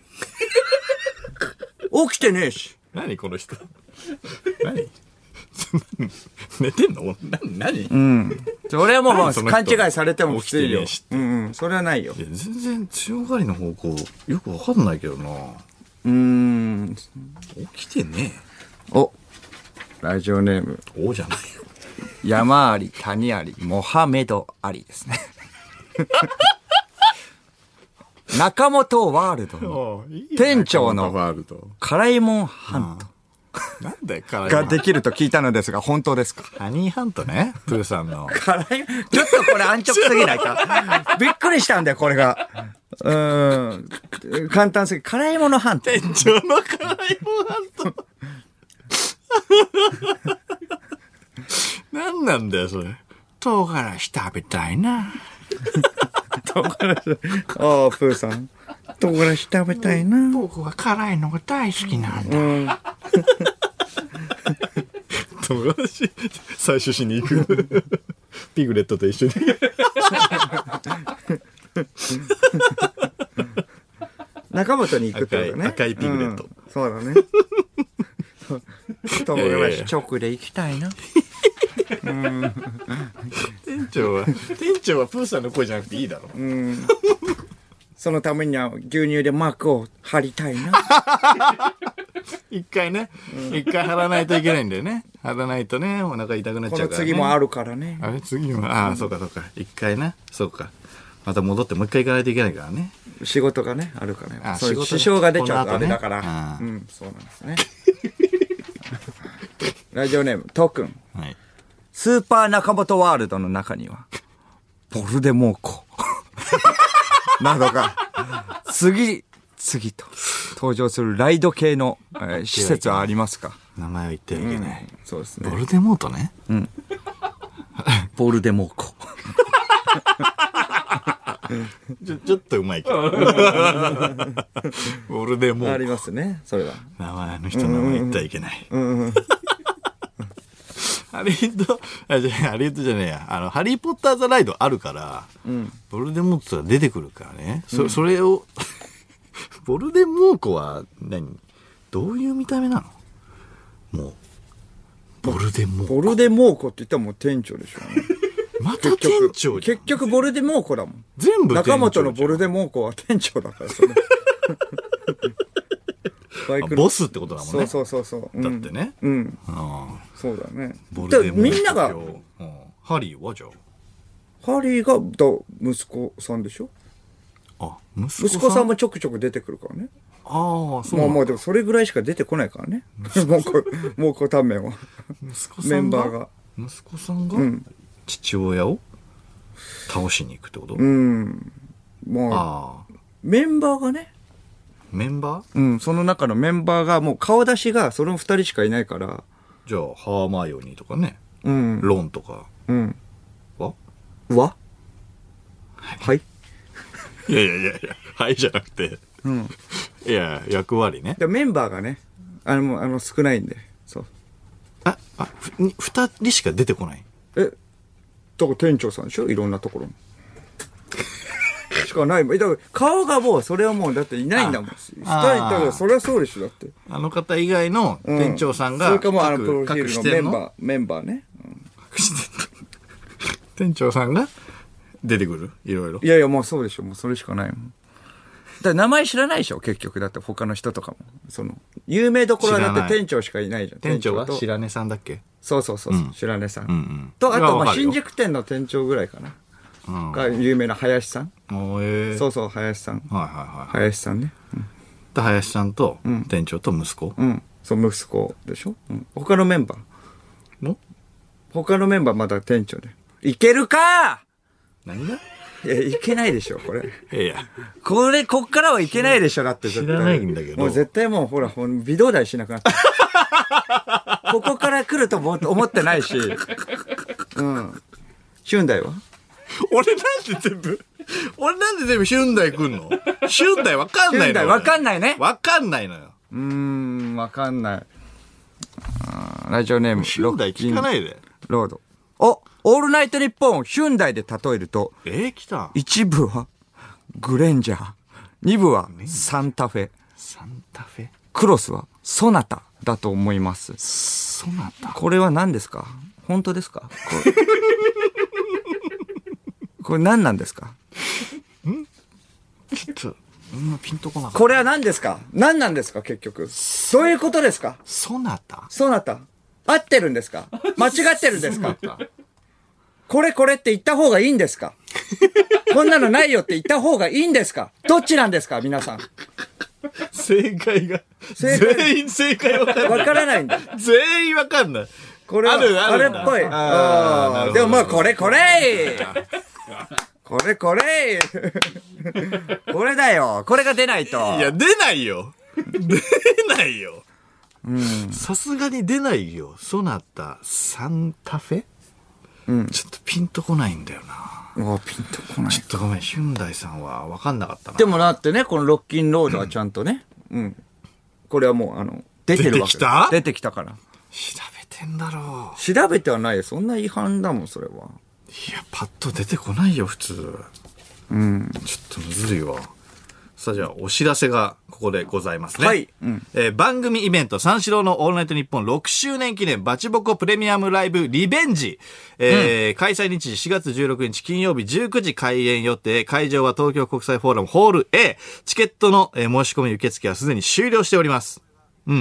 起きてねえし。 何この人。何寝てんの？な、何？ うん。それはもう、もう勘違いされてもきついよ。うんうん。それはないよ。 いや、全然強がりの方向、よくわかんないけどな。 うーん。 起きてねえ。お。ラジオネーム。 おじゃないよ。 山あり、谷あり、モハメドありですね。中本ワールドの店長の辛いもんハント。 なんだよ、辛いができると聞いたのですが、本当ですか？ ハニーハントね、プーさんの。 辛いちょっとこれ安直すぎないか？びっくりしたんだよ、これが。うーん。簡単すぎ。辛いものハント。 店長の辛いものハント。何なんだよ、それ。唐辛子食べたいな。 唐辛子。ああ、プーさん。唐辛子食べたいな。 僕は辛いのが大好きなんだ。うん、唐辛子採取しに行く。ピグレットと一緒に。 中本に行くってことね。 赤い、赤いピグレット。 うん、そうだね。唐辛子直で行きたいな。うん、 店長は、店長はプーさんの声じゃなくていいだろ。うん、 そのためには牛乳でマークを貼りたいな。 一回ね、うん、一回貼らないといけないんだよね。貼らないとね、お腹痛くなっちゃうから、ね。この次もあるからね。 あれ次も、ああ、うん、そうかそうか。一回ね、そうか。また戻ってもう一回行かないといけないからね。 仕事がね、あるからね。ああ、そういう支障が出ちゃうとあれだから。 ね、 うん、そうなんですね。ラジオネーム、トークン。はい。スーパー中本ワールドの中には、ボルデモーコなどが、次、次と登場するライド系の、えー、施設はありますか？ 名前は言ってはいけない。うん、 そうですね。 ボルデモートね。うん。 ボルデモーコ。 ちょ、ちょっとうまいけど。ボルデモーコ。 ありますね、それは。 名前の人の名前言ってはいけない。うんうん、ハリウッド、あ、じゃハリウッドじゃねえや。あの、ハリーポッターザライドあるから、うん、ボルデモートが出てくるからね。そ、うん、それを、ボルデモーコは何、どういう見た目なの？もう、ボルデモーコ。 ボルデモーコって言ったらもう店長でしょうね。 また店長じゃん。結局ボルデモーコだもん。 全部店長。 中本のボルデモーコは店長だから、それ。 ボスってことだもんね。 そうそうそうそう。 だってね。 うん。ああ、そうだね。 ボルデモーコ。 みんなが、うん、 ハリーはじゃあハリーが息子さんでしょ？ あ、息子さん。 息子さんもちょくちょく出てくるからね。 ああ、そう。 まあまあでもそれぐらいしか出てこないからね。もうこ、もうこためは。 息子さんがメンバーが。息子さんが、うん、父親を倒しに行くってこと？うん。 まあ、あメンバーがね。 メンバー？ うん、その中のメンバーがもう顔出しがその二人しかいないから。 じゃあ、ハーマイオニーとかね。うん。ロンとか。うん。はははい。 いやいやいやいや、はいじゃなくて。うん。いや、役割ね。 メンバーがね、あの、あの少ないんで。そう。 あ、あ、ふ、二人しか出てこない？ え、だから店長さんでしょ？いろんなところに。しかない。だから顔がもう、それはもう、だっていないんだもん。一人いたら、それはそうでしょ、だって。 あの方以外の店長さんが、うん、 それかもうあの、プロフィールのメンバー、メンバーね。うん、 隠して店長さんが出てくる？いろいろ。 いやいや、もうそうでしょ。もうそれしかないもん。だから名前知らないでしょ、結局。だって他の人とかも。その、有名どころはだって店長しかいないじゃん。 店長は白根さんだっけ？ そうそうそう、うん、白根さん。うんうん、と、あと、まあ、新宿店の店長ぐらいかな。うん、が有名な林さん。えー、そうそう、林さん。はいはいはい。林さんね。 うん、で、林さんと、店長と息子。 うん。そう、息子でしょ、うん、他のメンバー。の他のメンバーまだ店長で。いけるか何が？ いや、いけないでしょ、これ。 いや。 これ、こっからはいけないでしょ、だって絶対。知らないんだけど。 もう絶対もう、ほら、微動だにしなくなった。ここから来ると思ってないし。うん。ヒュンダイは？ 俺なんで全部、俺なんで全部ヒュンダイ来んの？ヒュンダイわかんないのよ。ヒュンダイわかんないね。 わかんないのよ。 うーん、わかんない。ラジオネーム。 ヒュンダイ聞かないで。 ロード。お、オールナイトニッポンをヒュンダイで例えると、 えー、来た。 一部はグレンジャー、二部はサンタフェ、 サンタフェ、 クロスはソナタだと思います。 ソナタ？ これは何ですか？本当ですか？これ、これ何なんですか？ ん？ちょっと、うん、ピンとこなかった。 これは何ですか？何なんですか結局。どういうことですか？ ソナタ？ ソナタ。合ってるんですか？間違ってるんですか？これこれって言った方がいいんですか？こんなのないよって言った方がいいんですか？どっちなんですか皆さん。 正解が。 正解全員正解わかんない。 わからないんだ。 全員わかんない。 これは、 あるあるんだあれっぽい。ああ。でもまあ、これこれこれこれこれだよ。これが出ないと。 いや、出ないよ。出ないよ。さすがに出ないよ。そなた、サンタフェうん。ちょっとピンとこないんだよな。 おピンとこない。 ちょっとごめん、ヒュンダイさんは分かんなかったな。 でもだってね、このロッキンロードはちゃんとね、うん。うん、これはもう、あの、出てるわけ。 出てきた出てきたから。 調べてんだろう。調べてはないよ。そんな違反だもん、それは。 いや、パッと出てこないよ、普通。うん。ちょっとむずいわ。さあじゃあ、お知らせがここでございますね。 はい。うん、 えー、番組イベント、三四郎のオールナイトニッポンろくしゅうねん記念バチボコプレミアムライブリベンジ。えーうん、開催日時しがつじゅうろくにち金曜日じゅうくじ開演予定。会場は東京国際フォーラムホール A。チケットの、えー、申し込み受付はすでに終了しております。うん。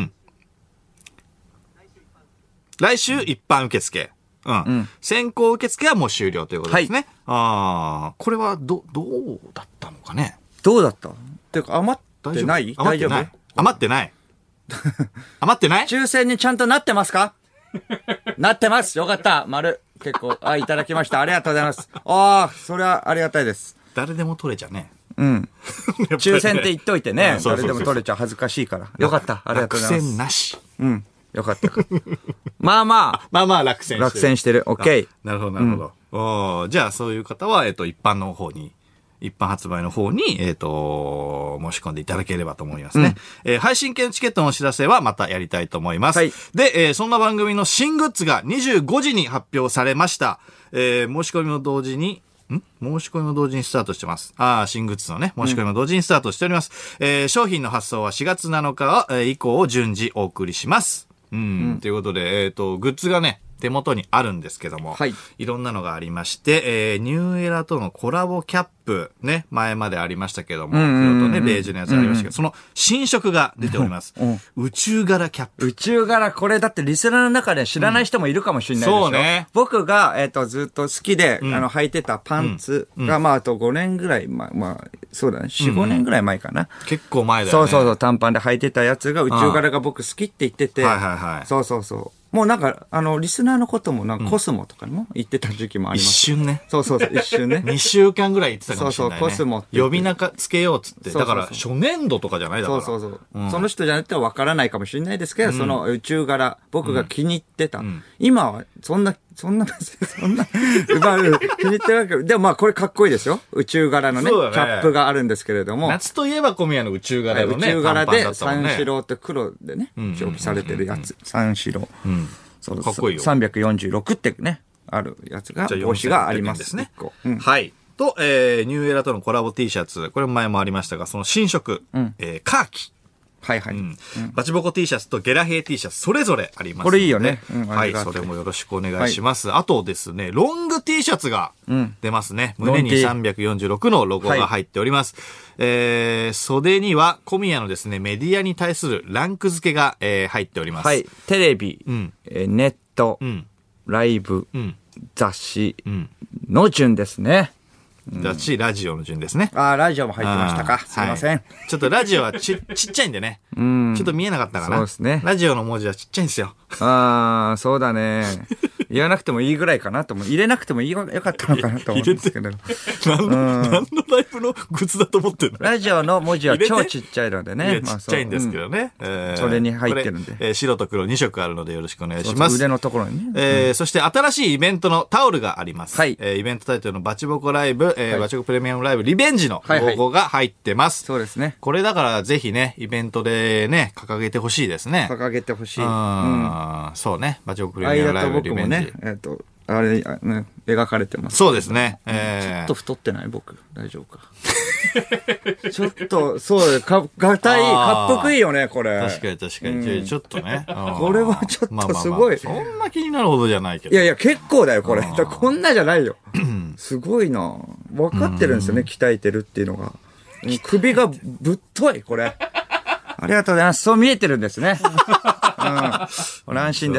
来週一般受付。うん。うん、先行受付はもう終了ということですね。はい、ああ、これはど、どうだったのかね。 どうだったてか余ってない大丈夫余ってない余ってない抽選にちゃんとなってますかなってますよかった丸結構、あ、いただきました。ありがとうございます。ああ、それはありがたいです。 誰でも取れちゃうね。 うん。抽選って言っといてね。誰でも取れちゃう恥ずかしいから。よかった。ありがとうございます。 落選なし。 うん。よかった。まあまあ。 まあまあ落選してる。 落選してる。オッケー。 なるほど、なるほど。うん、じゃあそういう方は、えっと、一般の方に。一般発売の方に、えっと、申し込んでいただければと思いますね。うん、えー、配信券チケットのお知らせはまたやりたいと思います。はい、で、えー、そんな番組の新グッズがにじゅうごじに発表されました。えー、申し込みも同時に、ん申し込みも同時にスタートしてます。ああ、新グッズのね、申し込みも同時にスタートしております。うん、えー、商品の発送はしがつなのか以降を順次お送りします。うん。うん、ということで、えっと、グッズがね、手元にあるんですけども、はい、いろんなのがありまして、えー、ニューエラとのコラボキャップ、ね、前までありましたけども、黒とね、ベージュのやつありましたけど、その新色が出ております。うん、宇宙柄キャップ。 宇宙柄、これだってリスナーの中で知らない人もいるかもしれないでしょ、うん、そうね。僕が、えっと、ずっと好きで、うん、あの、履いてたパンツが、うん、まあ、あとごねんぐらい、まあ、まあ、そうだね、よん、ごねんぐらい前かな。 結構前だよね。 そうそうそう、短パンで履いてたやつが、宇宙柄が僕好きって言ってて、 はいはいはい。 そうそうそう。もうなんか、あの、リスナーのことも、なんかコスモとかにも言ってた時期もあります。 一瞬ね。 そうそうそう、一瞬ね。 にしゅうかんぐらい言ってたかもしれない、ね。そうそう、コスモって。呼び名かつけようっつって。そうそうそうだから、初年度とかじゃないだから。そうそうそう。うん、その人じゃなくては分からないかもしれないですけど、うん、その宇宙柄、僕が気に入ってた。うん、今は、そんな、そんな、そんな、まあ、気に入ってるわけ。でもまあ、これかっこいいですよ。宇宙柄のね、ねキャップがあるんですけれども。 夏といえば小宮の宇宙柄のね。 宇宙柄で、三四郎って黒でね、表記されてるやつ。三四郎。うんそうかっこいいよ。さんびゃくよんじゅうろくってね、あるやつが、帽子がありますね。 うん、はい。と、えー、ニューエラとのコラボ T シャツ。これも前もありましたが、その新色、うん、えー、カーキ。 はいはい、うんうん。バチボコ T シャツとゲラヘイ T シャツ、それぞれありますので。 これいいよね。 うん、はい。それもよろしくお願いします。はい、あとですね、ロング T シャツが出ますね。うん、胸にさんびゃくよんじゅうろくのロゴが入っております。はい、えー、袖には小宮のですね、メディアに対するランク付けが、えー、入っております。 はい。テレビ、うんえー、ネット、うん、ライブ、うん、雑誌の順ですね。 雑誌、ラジオの順ですね。 ああ、ラジオも入ってましたか。すいません、はい。 ちょっとラジオはち、ちっちゃいんでね。うん。ちょっと見えなかったかな。 そうですね。 ラジオの文字はちっちゃいんですよ。 ああ、そうだね。言わなくてもいいぐらいかなと思う。入れなくてもいいよかったのかなと思うんですけど。 何の、何のライブのグッズだと思ってんの？ ラジオの文字は超ちっちゃいのでね。 ちっちゃいんですけどね。 うんえー、それに入ってるんで。 えー、白と黒に色あるのでよろしくお願いします。そうそう腕のところにね。 えーうん、そして新しいイベントのタオルがあります。はい。えー、イベントタイトルのバチボコライブ、えーはい、バチボコプレミアムライブリベンジのロゴが入ってます。 はいはい、そうですね。 これだからぜひね、イベントでね、掲げてほしいですね。 掲げてほしい。うん。そうね。バチボコプレミアムライブリベンジ。 ね、えっと、あれ、ね、描かれてます。 そうですね。 えー、ちょっと太ってない僕。大丈夫か。ちょっと、そうか、がたい、かっこいいよね、これ。 確かに確かに。うん、ちょっとね。 これはちょっとすごい、 まあまあまあ。そんな気になるほどじゃないけど。 いやいや、結構だよ、これ。こんなじゃないよ。すごいな。分かってるんですよね、鍛えてるっていうのが。首がぶっとい、これ。ありがとうございます。そう見えてるんですね。うん。これ安心です。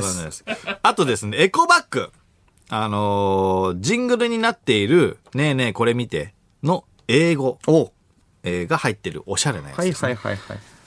あとですね、エコバッグ。あのー、ジングルになっている、ねえねえこれ見ての英語を、えー、が入ってるおしゃれなやつです、ね。 はいはいはいはい。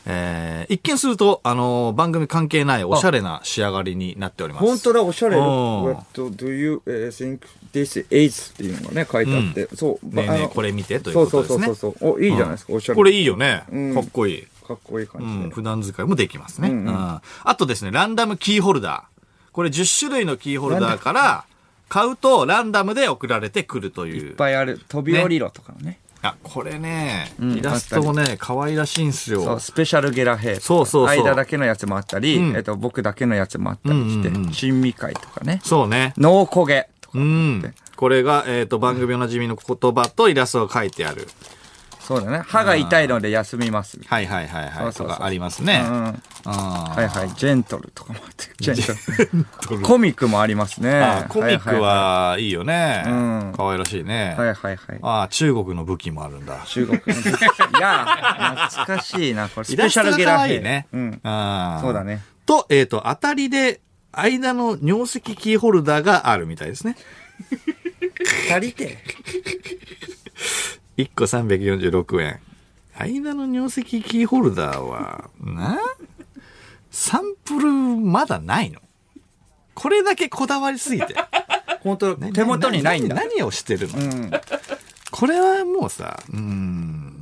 えー、一見すると、あのー、番組関係ないおしゃれな仕上がりになっております。 本当だ、おしゃれ。What do you think this is? っていうのがね、書いてあって。うん、そう。 ねえねえ、これ見てということですね。 そうそうそうそう。お、いいじゃないですか、おしゃれ。 これいいよね。かっこいい。 かっこいい感じ、 うん。普段使いもできますね。うんうんうん、あとですね、ランダムキーホルダー。これじゅっしゅるいのキーホルダーから買うとランダムで送られてくるという。 いっぱいある。飛び降りろとかのね。ねあ、これね、イラストもね、可愛らしいんですよ。 そう、スペシャルゲラヘイ。 そうそうそう。 間だけのやつもあったり、うん、えっと、僕だけのやつもあったりして、うんうんうん、珍味会とかね。 そうね。 ノー焦げとか。 うん。これが、えっと、番組おなじみの言葉とイラストが書いてある。 そうだね。歯が痛いので休みます。 はいはいはいはい。そうそうそうとかありますね。うん、 はいはい。ジェントルとかもあって。ジェントル。コミックもありますね。 あコミックはいいよね。うん。可愛らしいね。 はいはいはい。 ああ、中国の武器もあるんだ。 中国の武器。いや、懐かしいな。これスペシャルゲラヘイ。ね。うん。ああ。そうだね。 と、えっと、当たりで、間の尿石キーホルダーがあるみたいですね。 当たりでいっこさんびゃくよんじゅうろくえん。間の尿石キーホルダーは、なサンプルまだないの？これだけこだわりすぎて。 本当手元にないんだ。 何をしてるの、うん、これはもうさ、うん、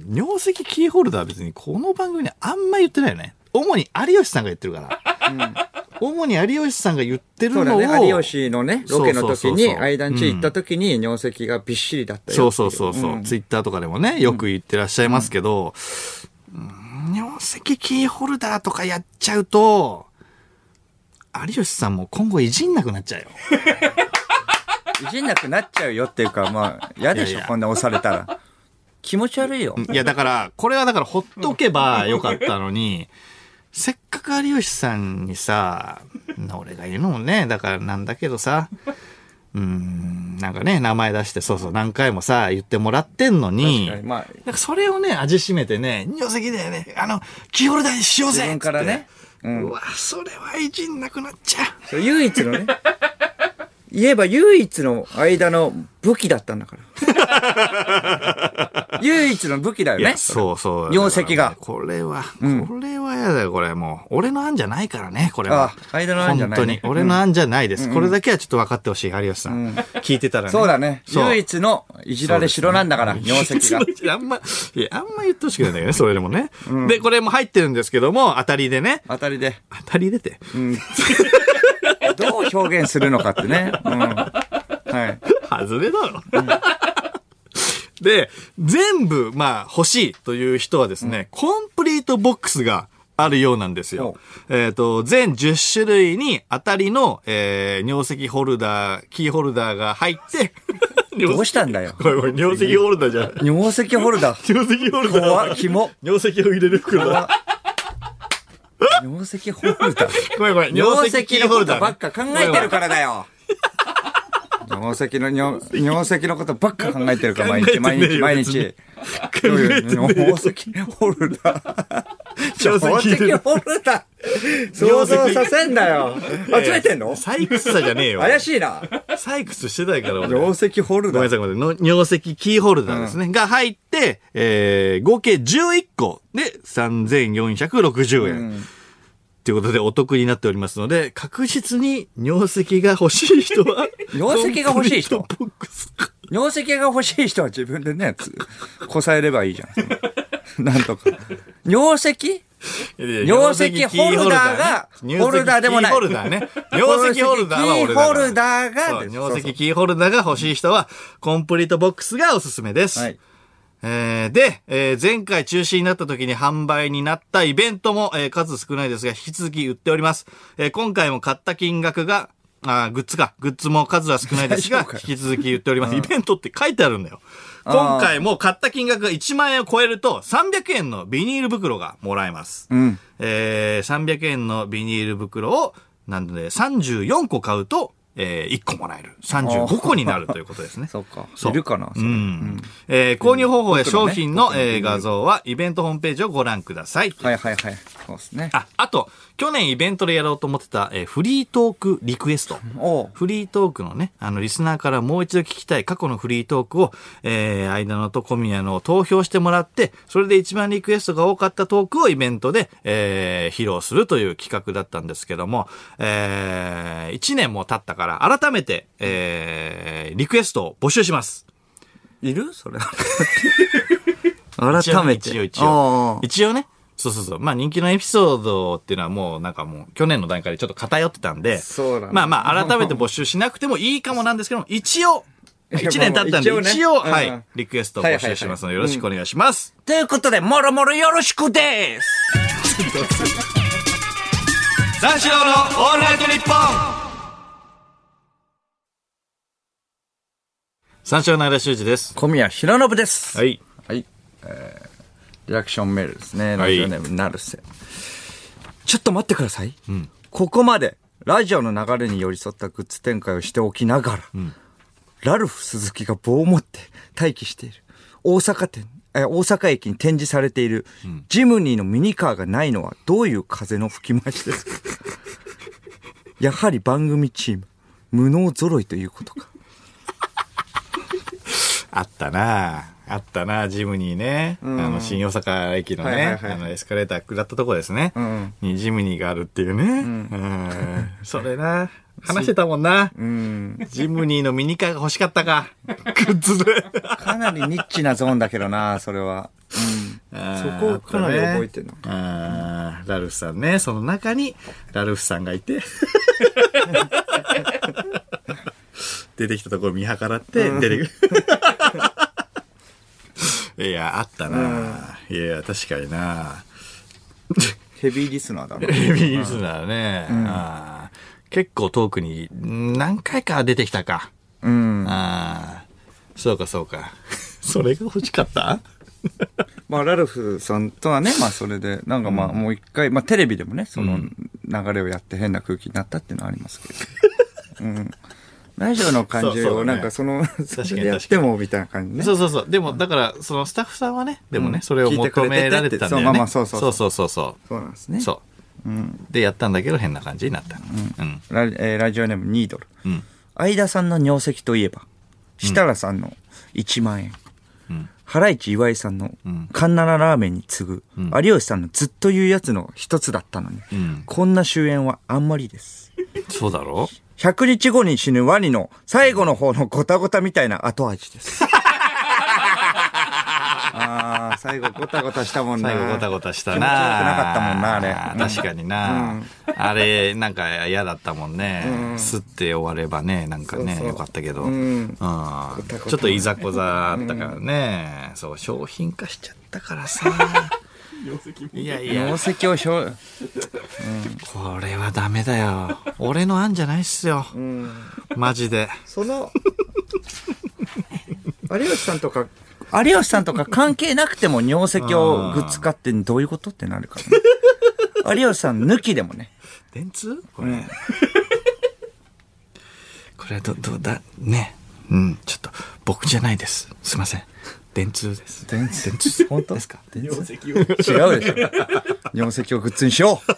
尿石キーホルダーは別にこの番組にあんま言ってないよね。主に有吉さんが言ってるから。うん主に有吉さんが言ってるのを。そうだね。有吉のね、ロケの時に、間んち行った時に、尿石がびっしりだったよ。 そうそうそうそう、うん。ツイッターとかでもね、よく言ってらっしゃいますけど、うんうん、尿石キーホルダーとかやっちゃうと、有吉さんも今後いじんなくなっちゃうよ。 いじんなくなっちゃうよっていうか、まあ、嫌でしょ、いやいやこんな押されたら。気持ち悪いよ。 いや、だから、これはだからほっとけばよかったのに、せっかく有吉さんにさ、俺が言うのもね、だからなんだけどさ、うーん、なんかね、名前出して、そうそう、何回もさ、言ってもらってんのに、確かにまあ、なんかそれをね、味しめてね、尿石だよね、あの、キーホルダーにしようぜ自分からね。 うん、うわ、それはいじんなくなっちゃう。 そう唯一のね、言えば唯一の間の武器だったんだから。唯一の武器だよね。 そうそう。 尿石が。 これは、これはやだよ、これもう。俺の案じゃないからね、これは。 あ、間の案じゃない、ね。 本当に。俺の案じゃないです。うん、これだけはちょっと分かってほしい、有吉さん。うん、聞いてたらね。 そうだね。唯一のいじられしろなんだから、尿石が。 あんま、いや、あんま言ってほしくないんだけどね、それでもね。うん、で、これも入ってるんですけども、当たりでね。 当たりで。 当たりでて。うん、 どう表現するのかってね。うん、はい。 外れだろ。うんで、全部、まあ、欲しいという人はですね、うん、コンプリートボックスがあるようなんですよ。えっと、全じゅっしゅるいに当たりの、えー、尿石ホルダー、キーホルダーが入って、 どうしたんだよ。 これ、これ、尿石ホルダーじゃない。 尿石ホルダー。 尿石ホルダー。 怖っ、紐。 尿石を入れる袋だ。 尿石ホルダー。 ごめんごめん、尿石キーホルダー、ね。 ばっか考えてるからだよ。尿石の、尿石のことばっか考えてるから、毎日、毎日、毎日。尿石ホルダー。尿石ホルダー。想像させんだよ。集めてんの採掘者じゃねえよ。 怪しいな。 採掘してないから、俺。 尿石ホルダー。 ごめんなさい、ごめんなさい。尿石キーホルダーですね。うん、が入って、えー、合計じゅういっこでさんぜんよんひゃくろくじゅうえん。うんということでお得になっておりますので、確実に尿石が欲しい人は、 尿石が欲しい人尿石が欲しい人は自分でね、こさえればいいじゃん。なんとか。尿石尿石ホルダーが、ホルダーでもない。 ホルダーね。尿石ホルダーは俺だから。 ホルダーが、 尿石キーホルダーが欲しい人は、コンプリートボックスがおすすめです。はい。えー、で、えー、前回中止になった時に販売になったイベントも、えー、数少ないですが、引き続き売っております。えー、今回も買った金額が、あグッズか。グッズも数は少ないですが、引き続き売っております。イベントって書いてあるんだよ。今回も買った金額がいちまんえんを超えると、さんびゃくえんのビニール袋がもらえます。うん、えー、さんびゃくえんのビニール袋を、なんでさんじゅうよんこ買うと、えー、いっこもらえる。さんじゅうごこになるということですね。 そうか。そういるかなそれ、うんうんえー、購入方法や商品の、ねえー、画像はイベントホームページをご覧ください。 はいはいはい。 そうですね。 あ、あと、去年イベントでやろうと思ってた、えーフリートークリクエスト。 おうフリートークのね、あの、リスナーからもう一度聞きたい過去のフリートークを、えー、間野と小宮の投票してもらって、それで一番リクエストが多かったトークをイベントで、えー、披露するという企画だったんですけども、えー、一年も経ったから、改めて、えー、リクエストを募集します。 いるそれ。改めて。 一応、一応。一応ね。そうそうそう。まあ人気のエピソードっていうのはもうなんかもう去年の段階でちょっと偏ってたんで、 そうなんだ。 まあまあ改めて募集しなくてもいいかもなんですけど、一応、一年経ったんで、一応、はい、リクエストを募集しますのでよろしくお願いします。 ということで、もろもろよろしくです。 三四郎のオールナイトニッポン。三四郎の間修二です。 小宮浩信です。 はい。 はい。えーリアクションメールですね。ラジオネーム、なるせ。ちょっと待ってください。うん、ここまで、ラジオの流れに寄り添ったグッズ展開をしておきながら、うん、ラルフ鈴木が棒を持って待機している。大阪店、え、大阪駅に展示されている、うん、ジムニーのミニカーがないのはどういう風の吹き回しですかやはり番組チーム、無能揃いということか。 あったなぁ。あったな、ジムニーね。うん、あの、新大阪駅のね、はいはいはい、あの、エスカレーター下ったとこですね。うん、にジムニーがあるっていうね。うん、それな、話してたもんな。うん、ジムニーのミニカーが欲しかったか。グッズで。 かなりニッチなゾーンだけどな、それは。うん、そこをかなり覚えてるの。 ああ、ラルフさんね、その中に、ラルフさんがいて。出てきたところ見計らって、出てくる。いや、あったな、うん、いや、確かになヘビーリスナーだろ。 ヘビーリスナーね、うん、あ結構遠くに何回か出てきたか。うん。あそうかそうか。それが欲しかったまあ、ラルフさんとはね、まあ、それで、なんかまあ、もう一回、まあ、テレビでもね、その流れをやって変な空気になったっていうのはありますけど。うん。ラジオの感じをなんかその、それやってもみたいな感じね。 そうそうそう。でもだからそのスタッフさんはね、でもね、それを求められてたんだよね。そう、まあまあそうそう。そうそうそうそう。 そうなんですね。 そう。うん。でやったんだけど変な感じになったの。うん。 ラえー、ラジオネームニードル。うん。相田さんの尿石といえば、設楽さんのいちまんえん。うん。ハライチ岩井さんのカンナララーメンに次ぐ、うん、有吉さんのずっと言うやつの一つだったのに、うん、こんな終焉はあんまりです。 そうだろうひゃくにちごに死ぬワニの最後の方のゴタゴタみたいな後味です。ああ、最後ゴタゴタしたもんな。 最後ゴタゴタしたな。 気持ちよくなかったもんな、あれ。 確かにな。うん、あれ、なんか嫌だったもんね。す、うん、って終わればね、なんかね、そうそうよかったけど。うん、あちょっといざこざあったからね、うん。そう、商品化しちゃったからさ。いやいや。 尿石をしょ、うん、 これはダメだよ。俺の案じゃないっすよ。うん、マジで。 その、有吉さんとか、有吉さんとか関係なくても尿石をグッズ買ってどういうことってなるからね。有吉さん抜きでもね。 電通これ。うん、これはど、どうだ、ね。うん、ちょっと、僕じゃないです。すいません。電通です。 電通。電通本当ですか？尿石を。違うでしょ。尿石をグッズにしよう。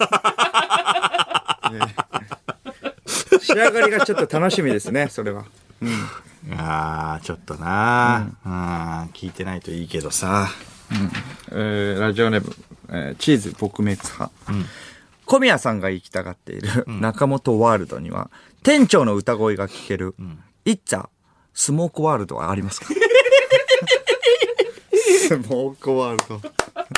仕上がりがちょっと楽しみですね、それは。うん、 ああ、ちょっとな、うん、あ聞いてないといいけどさ。 うんえー、ラジオネーム、えー、チーズ撲滅派。うん、小宮さんが行きたがっている中本ワールドには、店長の歌声が聞ける、うん、It's a スモークワールドはありますか？スモークワールド。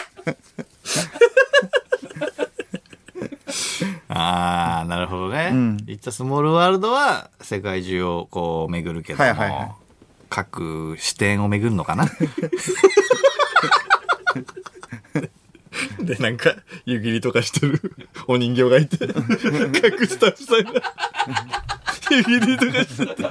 ああ、なるほどね。うん、いったスモールワールドは世界中をこう巡るけども、はいはいはい、各視点を巡るのかな。で、なんか湯切りとかしてるお人形がいて、各スタッフさんが湯切りとかしてて、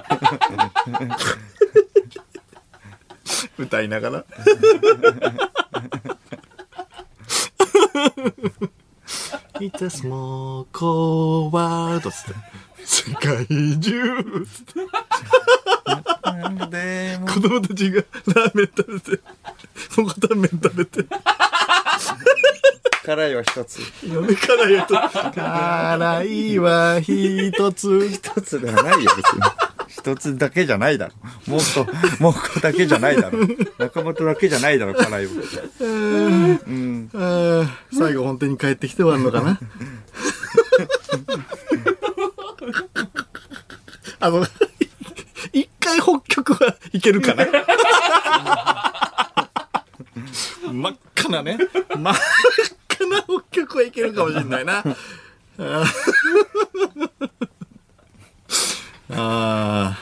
歌いながら。It's a small cold world つって世界中つって子供たちがラーメン食べてモコタンメン食べて辛いは一つ。 嫁辛いは一つ。辛いは一つ。 一つではないよ、別に。一つだけじゃないだろ。もうこ、もうこだけじゃないだろ。中本だけじゃないだろ、辛いは。うん。 最後本当に帰ってきて終わるのかな。あの、一回北極はいけるかな。真っ赤なね。真っ赤な北極はいけるかもしれないな。ああ。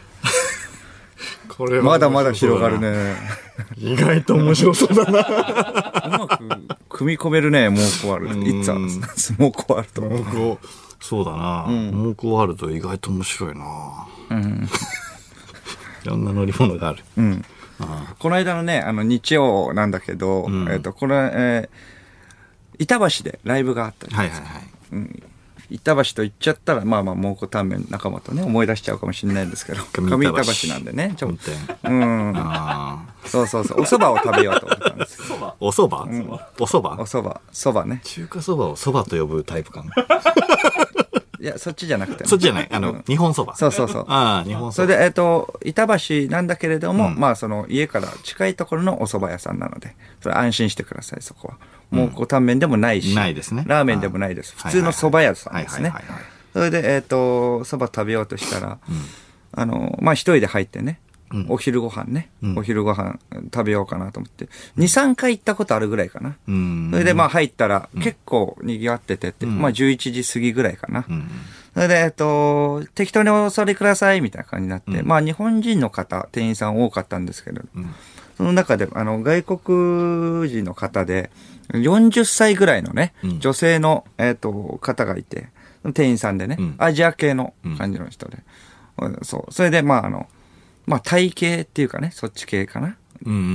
これはまだまだ広がるね。 意外と面白そうだな。 うまく組み込めるね、猛攻ある。いつは、猛攻あると。 猛攻。そうだな。猛攻あると意外と面白いな。うん。いろんな乗り物がある。 うん。この間のね、あの、日曜なんだけど、うん、えっと、これ、えー、板橋でライブがあったじゃないですか。はいはいはい。うん、板橋と言っちゃったら、まあまあ、蒙古タンメン仲間とね、思い出しちゃうかもしれないんですけど、上板橋なんでね、ちょっと。うん。あそうそうそう、お蕎麦を食べようと思ったんですけど。 お蕎麦、うん、お蕎麦お蕎麦、蕎麦ね。 中華蕎麦を蕎麦と呼ぶタイプかな。 いや、そっちじゃなくて。 そっちじゃない。あの、うん、日本そば。 そうそうそう。 ああ、日本そば。それで、えっ、ー、と、板橋なんだけれども、うん、まあ、その、家から近いところのお蕎麦屋さんなので、それ安心してください、そこは。もう、こう、タンメンでもないし。 ないですね。 ラーメンでもないです。普通の蕎麦屋さんですね。それで、えっ、ー、と、蕎麦食べようとしたら、うん、あの、まあ、一人で入ってね、うん、お昼ご飯ね、うん、お昼ご飯食べようかなと思って、に、さんかい行ったことあるぐらいかな。うん、それでまあ入ったら結構賑わっててって、うん、まあじゅういちじ過ぎぐらいかな。うん、それで、えっと、適当にお座りくださいみたいな感じになって、うん、まあ日本人の方、店員さん多かったんですけど、うん、その中であの外国人の方で、よんじゅっさいぐらいのね、うん、女性の、えっと、方がいて、店員さんでね、うん、アジア系の感じの人で、うん、そう。それでまああの、まあ、タイ系っていうかね、そっち系かな。うん、うん。うん。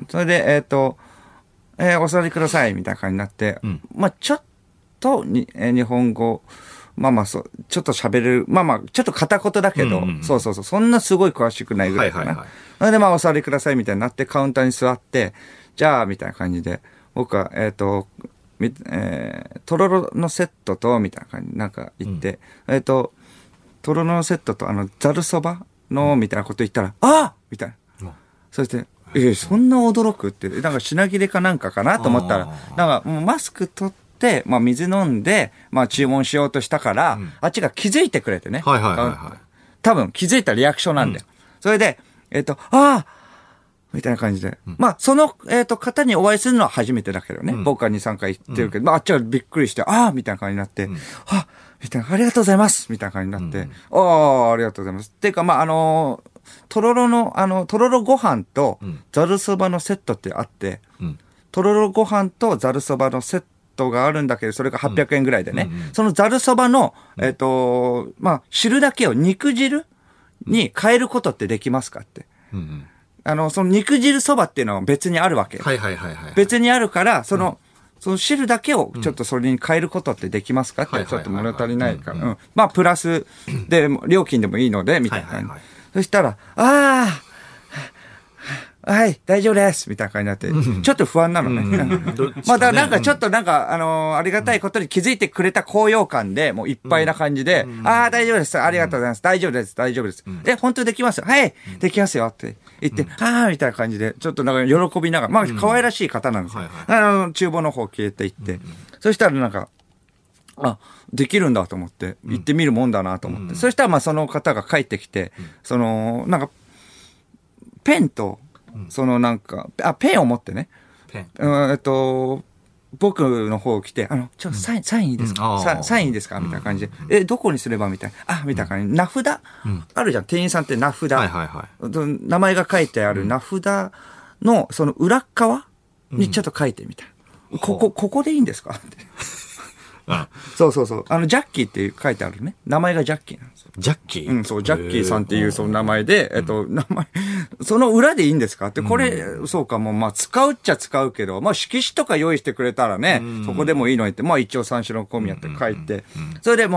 それで、えっ、ー、と、えー、お座りください、みたいな感じになって、うん、まあ、ちょっとに、えー、日本語、まあまあ、そう、ちょっと喋れる、まあまあ、ちょっと片言だけど、うんうんうん、そうそうそう、そんなすごい詳しくないぐらいかな。はいはいはい、それで、まあ、お座りください、みたいになって、カウンターに座って、じゃあ、みたいな感じで、僕は、えっ、ー、と、み、えー、とろろのセットと、みたいな感じなんか言って、うん、えっ、ー、と、とろろのセットと、あの、ざるそばの、みたいなこと言ったら、あみたいな。うん、そして、えー、そんな驚くって、なんか品切れかなんかかなと思ったら、なんかもうマスク取って、まあ水飲んで、まあ注文しようとしたから、うん、あっちが気づいてくれてね。 はいはいはい、はい。 多分気づいたリアクションなんだよ。うん、それで、えっ、ー、と、ああみたいな感じで。うん、まあ、その、えっ、ー、と、方にお会いするのは初めてだけどね。うん、僕はに、さんかい行ってるけど、うん、まあ、あっちはびっくりして、ああみたいな感じになって、うん、あみたいな、ありがとうございますみたいな感じになって、うん、ああ、ありがとうございます。っていうか、まあ、あのー、とろろの、あの、とろろご飯と、ざるそばのセットってあって、うん、とろろご飯とざるそばのセットがあるんだけど、それがはっぴゃくえんぐらいでね。うんうん、そのざるそばの、えっ、ー、と、まあ、汁だけを肉汁に変えることってできますかって。うんうん、あの、その肉汁そばっていうのは別にあるわけ。 はいはいはいはい。 別にあるから、その、うんその汁だけをちょっとそれに変えることってできますかって、ちょっと物足りないから。まあ、プラスで、料金でもいいので、みたいな感じ。はいはいはい、そしたら、ああ、はい、大丈夫です、みたいな感じになって、ちょっと不安なのね。まあ、だなんかちょっとなんか、あのー、ありがたいことに気づいてくれた高揚感で、もういっぱいな感じで、うん、ああ、大丈夫です、ありがとうございます、大丈夫です、大丈夫です。うん、え、本当にできますよ、はい、できますよ、って言って、うん、ああ、みたいな感じで、ちょっとなんか喜びながら、まあ、可愛らしい方なんですよ。うんはいはい、あの、厨房の方消えていって、うん、そしたらなんか、あ、できるんだと思って、行ってみるもんだなと思って、うん、そしたらまあその方が帰ってきて、うん、その、なんか、ペンと、そのなんか、あ、ペンを持ってね。ペン。えっと、僕の方を来て、あの、ちょっとサイン、うん、サインいいですか、うん、サインいいですかみたいな感じで。うん、え、どこにすればみたいな。あ、みたいな感じで。名札、うん、あるじゃん。店員さんって名札。はいはいはい。名前が書いてある名札の、その裏側にちょっと書いてみたいな。うん、ここ、ここでいいんですかって。そうそうそう。あの、ジャッキーって書いてあるね。名前がジャッキーなんですよ。 ジャッキーうん、そう、ジャッキーさんっていうその名前で、えっと、名前、その裏でいいんですかって、これ、うん、そうか、もう、まあ、使うっちゃ使うけど、まあ、色紙とか用意してくれたらね、うん、そこでもいいのにって、まあ、一応三種の小宮って書いて、それでもう、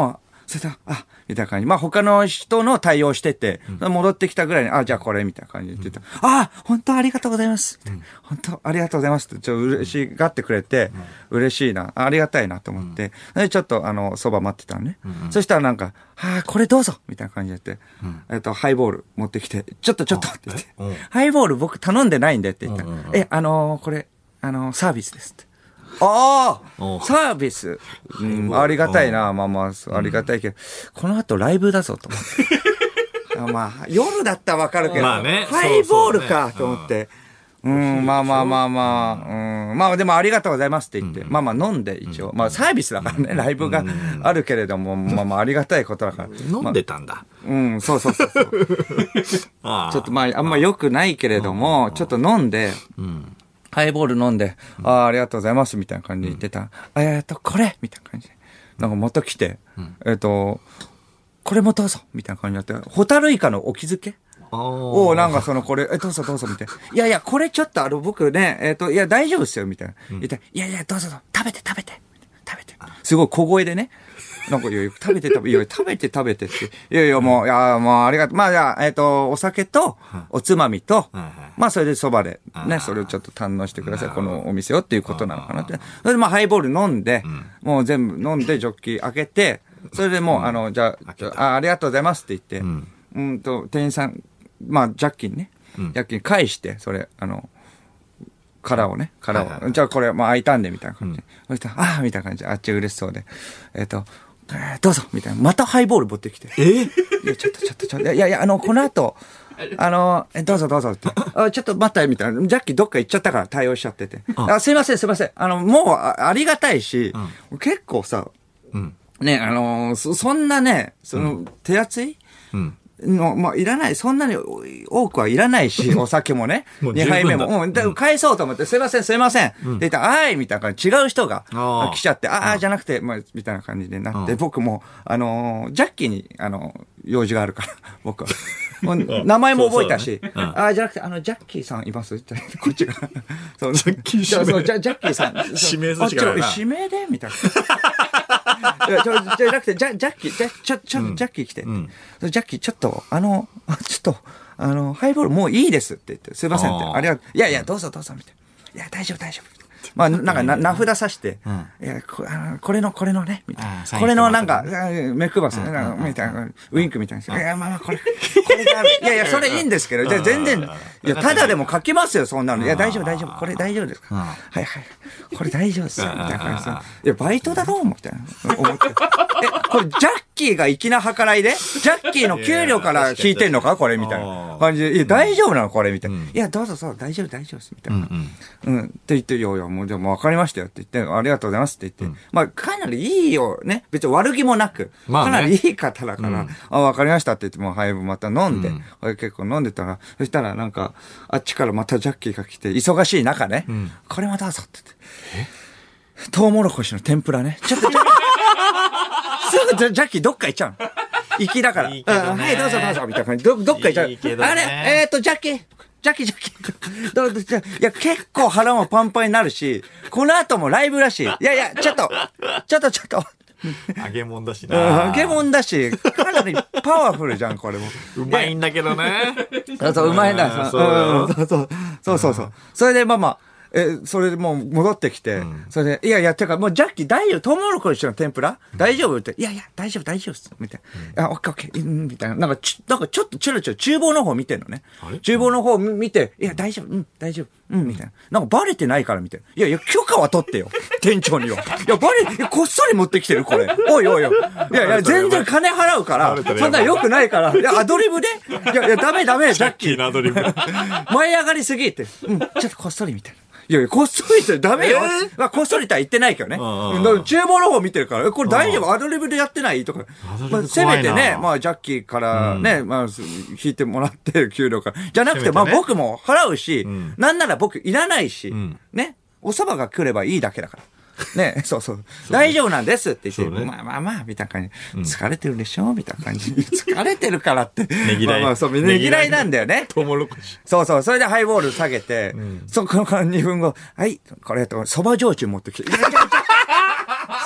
それで、あ、みたいな感じ。まあ他の人の対応してて、うん、戻ってきたぐらいに、あ、じゃあこれ、みたいな感じで言ってた。うん、あ、本当ありがとうございます。うん、本当ありがとうございますって、ちょっと嬉しがってくれて、うん、嬉しいな、ありがたいなと思って、うん、でちょっとあの、そば待ってたのね。うん、そしたらなんか、はあ、これどうぞみたいな感じで言って、うん、えっと、ハイボール持ってきて、ちょっとちょっとって言って、ハイボール僕頼んでないんでって言ったら、うんうんうん、え、あのー、これ、あのー、サービスですって。ああサービス、うん、ありがたいな。まあまあ、ありがたいけど、うん、この後ライブだぞと思って。まあ、夜だったらわかるけど、まあね、ハイボールかと思って。う、ね、うん、まあまあまあまあ、うん、まあでもありがとうございますって言って、うん、まあまあ飲んで一応、うん、まあサービスだからね、ライブがあるけれども、まあまあありがたいことだから。 飲んでたんだ。 まあ、うん、そうそうそうそう。あちょっとまああんま良くないけれども、ちょっと飲んで、うんハイボール飲んで、ああ、ありがとうございます、みたいな感じで言ってた。うん、えっと、これみたいな感じで。なんかまた来て、うん、えっと、これもどうぞみたいな感じになって、ホタルイカのお気づけを、なんかその、これ、え、どうぞどうぞ、みたいな。いやいや、これちょっとあの、僕ね、えっと、いや、大丈夫ですよ、みたいな。うん、言ったら、いやいや、どうぞどうぞ、食べて食べて、食べて。すごい小声でね。なんか、いやいや、食べて食べて、いや食べて食べてって。いやいや、もう、いや、もう、ありがとう。まあ、じゃあ、えっと、お酒と、おつまみと、まあ、それでそばで、ね、それをちょっと堪能してください。このお店をっていうことなのかなって。それで、まあ、ハイボール飲んで、もう全部飲んで、ジョッキ開けて、それでもう、あの、じゃあ、あ、ありがとうございますって言って、うんと、店員さん、まあ、ジャッキにね、ジャッキに返して、それ、あの、殻をね、殻を。じゃあ、これ、まあ、開いたんで、みたいな感じで。そしたら、ああ、みたいな感じで、あっち嬉しそうで。えっと、えー、どうぞみたいな。またハイボール持ってきて。 えいや、ちょっとちょっとちょっと。いやいや、あの、この後、あの、えどうぞどうぞって。あちょっと待ったよ、みたいな。ジャッキーどっか行っちゃったから対応しちゃってて。あすいません、すいません。あの、もうあ、ありがたいし、うん、結構さ、うん、ね、あのー、そ、そんなね、その、うん、手厚い、うんの、まあ、いらない。そんなに多くはいらないし、お酒もね。にはいめも。うん。で、返そうと思って、すいません、すいません。うん、って言ったら、あいみたいな感じ。違う人が来ちゃって、ああ、じゃなくて、まあ、みたいな感じでなって、僕も、あのー、ジャッキーに、あのー、用事があるから、僕は。もう名前も覚えたし、そうそうね、うん、ああ、じゃなくて、あの、ジャッキーさんいますってこっちが。 そう、ジャッキー指名。そう、ジャッキーさん。 指名するからな。 指名でみたいな。いや、ちょ、じゃなくて、ジャ、ジャッキー、ジャ、ちょ、ちょ、うん、ジャッキー来て、うん。ジャッキー、ちょっと、あの、ちょっと、あの、ハイボールもういいですって言って、すいませんって。ありがとう。いやいや、どうぞどうぞ、みたいな。いや、大丈夫、大丈夫。まあ、なんかな、名札さして、うん、いやこ、あの、これの、これのね、みたいな。これのなんか、目配すね、みたいな、ウインクみたいな。いや、まあまあ、これ、これがある。いやいや、それいいんですけど、じゃ全然、いや、ただでも書きますよ、そんなの。いや、大丈夫、大丈夫。これ大丈夫ですかはいはい。これ大丈夫ですよ、みたいな感じで。いや、バイトだろうみたいな。思って。え、これ、ジャッキーが粋な計らいでジャッキーの給料から引いてんのかこれみたいな感じで。いや、大丈夫なのこれみたいな。いや、どうぞ、そう、大丈夫、大丈夫です。みたいな。うん。って言って、いやいや、もう、じゃあもう分かりましたよって言って、ありがとうございますって言って。まあ、かなりいいよね。別に悪気もなく。かなりいい方だから、あ、分かりましたって言って、もう、はい、また飲んで。結構飲んでたら、そしたらなんか、あっちからまたジャッキーが来て、忙しい中ね。これもどうぞって言って。トウモロコシの天ぷらね。ちょっと、すぐジャッキーどっか行っちゃうの。行きだから。いいはい、どうぞどうぞ、みたいな感じで、ど、どっか行っちゃう。いいね、あれえーと、ジャッキージャッキージャッキーどういや、結構腹もパンパンになるし、この後もライブらしい。いやいや、ちょっと、ちょっとちょっと。 揚げ物だしな。 揚げ物だし、かなりパワフルじゃん、これも。 うまいんだけどね。 そうそう、うまいんだ。そうそうそう。そうそうそう。それで、まあまあ、え、それでもう戻ってきて、うん、それで、いやいや、てかもうジャッキー大丈夫、トウモロコシの天ぷら大丈夫って、いやいや、大丈夫、大丈夫っす。みたいな。うん、あ、オッケーオッケー、うん、みたいな。なんかち、なんかちょっとチュルチュル、厨房の方見てんのね。厨房の方見て、いや、大丈夫、うん、大丈夫、うん、みたいな。なんかバレてないからみたいな。いやいや、許可は取ってよ。店長には。いや、バレ、こっそり持ってきてる、これ。おいおいおい。いやいや、全然金払うから、そんな良くないから。いや、アドリブでいやいや、ダメダメ、ジャッキー。 ジャッキーのアドリブ。 舞い上がりすぎって。うん、ちょっとこっそりみたいな。いやいや、こっそりってダメよ。えー、まあ、こっそりとは言ってないけどね。厨房の方見てるから、これ大丈夫アドリブでやってないとか。まあ、せめてね、まあ、ジャッキーからね、うん、まあ、引いてもらってる給料から。じゃなくて、ね、まあ、僕も払うし、うん、なんなら僕いらないし、うん、ね。お蕎麦が来ればいいだけだから。ね、そうそう。大丈夫なんですって言って、ね、まあまあまあ、みたいな感じ。うん、疲れてるでしょみたいな感じ。疲れてるからって。 ねぎらい。 まあまあ、そう、ねぎらいなんだよね。 トウモロコシ。 そうそう。それでハイボール下げて、うん、そこからにふんご、はい、これと、蕎麦焼酎持ってきて。す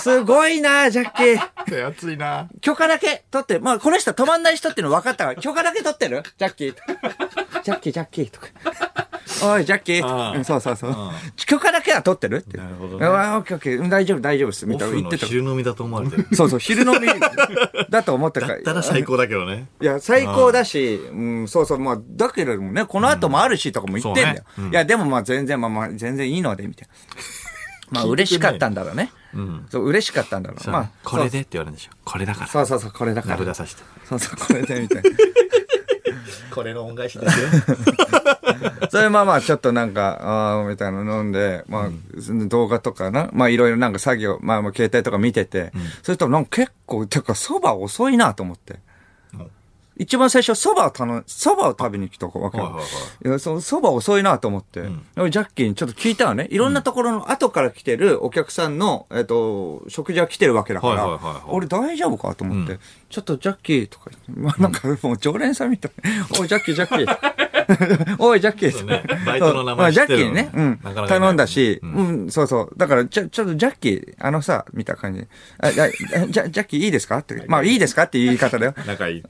すごいな、ジャッキー。 手厚いな。 許可だけ取って、まあ、この人止まんない人っていうの分かったから、許可だけ取ってるジャッキー。ジャッキー、ジャッキーとか。おい、ジャッキー。うん、そうそうそう。許可だけは取ってるって。 なるほどね。 ああ、オッケーオッケー。大丈夫、大丈夫です。みたいな言ってた。 昼飲みだと思われてる。 そうそう、昼飲みだと思ってたから。 だったら最高だけどね。 いや、最高だし、うん、そうそう、まあ、だけれどもね、この後もあるしとかも言ってんだよ。いや、でもまあ全然、まあまあ、全然いいので、みたいな。まあ、嬉しかったんだろうね。うん。そう、嬉しかったんだろう。まあ、 これでって言われるんでしょ。これだから。 そうそうそう、これだから。 名札さして。 そうそう、これで、みたいな。 これの恩返しですよ。 それまあまあちょっとなんか、ああ、みたいなの飲んで、まあ、うん、動画とかな、まあいろいろなんか作業、まあ携帯とか見てて、うん、それとなんか結構、てか蕎麦遅いなと思って。うん、一番最初蕎麦を頼む、蕎麦を食べに来たわけよ。いや、その蕎麦遅いなと思って、うん、ジャッキーにちょっと聞いたわね。いろんなところの後から来てるお客さんの、えっと、食事は来てるわけだから、俺大丈夫かと思って、うん、ちょっとジャッキーとか言って、まあなんかもう常連さんみたいな、おいジャッキージャッキー。おい、ジャッキー。 ね、バイトの名前知ってるの、まあ、ジャッキーね。うん。 なかなか頼んだし、うん、うん、そうそう。だから、ちょ、ちょっとジャッキー、あのさ、みたいな感じで。あ、じゃ、ジャ、ジャッキーいいですかって。まあ、いいですかっていう言い方だよ。 仲いい。 うん。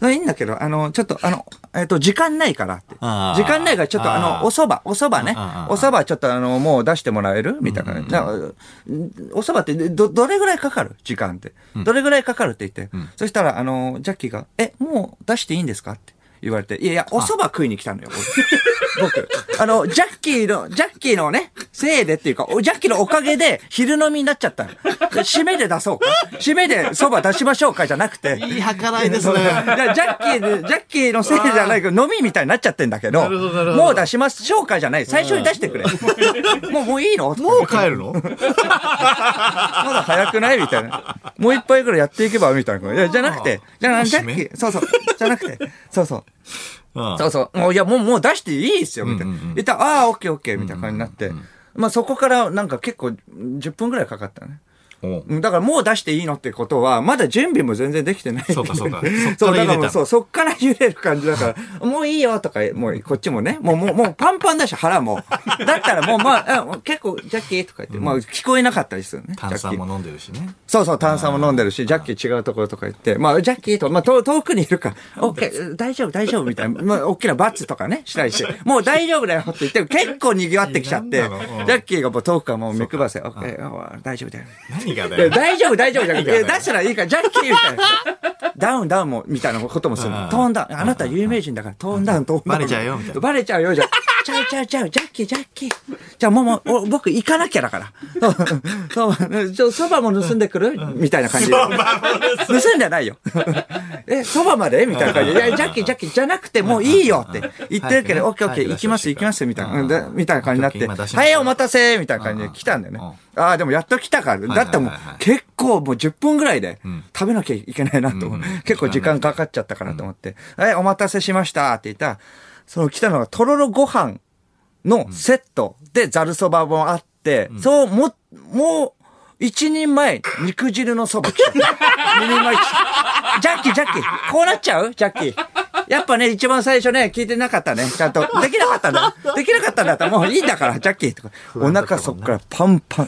いいんだけど、あの、ちょっと、あの、えっと、時間ないからって。時間ないから、ちょっと、あの、お蕎麦、お蕎麦ね。お蕎麦ちょっと、あの、もう出してもらえるみたいな感じ。お蕎麦って、ど、どれぐらいかかる時間って。どれぐらいかかるって言って。うん、そしたら、あの、ジャッキーが、え、もう出していいんですかって言われて、いやいや、お蕎麦食いに来たのよ、僕。あの、ジャッキーの、ジャッキーのね、せいでっていうか、ジャッキーのおかげで昼飲みになっちゃったの。締めで出そうか。締めで蕎麦出しましょうかじゃなくて。 いい計らいですね。 ジャッキー、ジャッキーのせいじゃないけど、飲みみたいになっちゃってんだけど、もう出しましょうかじゃない。最初に出してくれ。もう、もういいのもう帰るのまだ早くないみたいな。もう一杯ぐらいやっていけばみたいな。いや、じゃなくて、じゃあ、ジャッキー、そうそう。じゃなくて、そうそう。ああそうそう。もう、いや、もう、もう出していいですよ、みたいな。言ったら、ああ、オッケーオッケー、みたいな感じになって。まあ、そこから、なんか結構、じゅっぷんぐらいかかったね。だからもう出していいのってことは、まだ準備も全然できてない。 そうかそうか。 そう、だからもうそう、そっから茹でる感じだから、もういいよとか、もうこっちもね、もうもう、もうパンパンだし腹も。だったらもうまあ、結構、ジャッキーとか言って、まあ聞こえなかったりするね。 炭酸も飲んでるしね。 そうそう、炭酸も飲んでるし、ジャッキー違うところとか言って、まあ、ジャッキーとか、まあ遠くにいるから、オッケー、大丈夫、大丈夫みたいな、まあ、大きなバツとかね、したりして、もう大丈夫だよって言って、結構賑わってきちゃって、ジャッキーがもう遠くからもう目配せ、オッケー、大丈夫だよ。 何がだよ。 大丈夫、大丈夫じゃなくて、出したらいいから、ジャッキーみたいな。ダウン、ダウンも、みたいなこともする。トーンダウン。あなた有名人だから、トーンダウン、トーンダウン。 バレちゃうよ、みたいな。 バレちゃうよ、じゃちゃうちゃうちゃう、ジャッキー、ジャッキー。じゃあもう、もう、僕行かなきゃだから。そう、そう、そばも盗んでくるみたいな感じで。盗んでないよ。え、そばまでみたいな感じで。いや、ジャッキー、ジャッキーじゃなくて、もういいよって言ってるけど、オッケーオッケー、行きます、行きます、みたいな。みたいな感じになって、はい、お待たせみたいな感じで来たんだよね。ああ、でもやっと来たから。だってもう、結構もうじゅっぷんぐらいで食べなきゃいけないなと思う。結構時間かかっちゃったかなと思って。はい、お待たせしましたって言ったら、その来たのがとろろご飯のセットでざるそばもあって、そう、も、もう、一人前、肉汁のそば来た。二人前来た。ジャッキー、ジャッキー、こうなっちゃうジャッキー。やっぱね、一番最初ね、聞いてなかったね。ちゃんと。できなかったんだ。できなかったんだったらもういいんだから、ジャッキーとか。お腹そっからパンパン。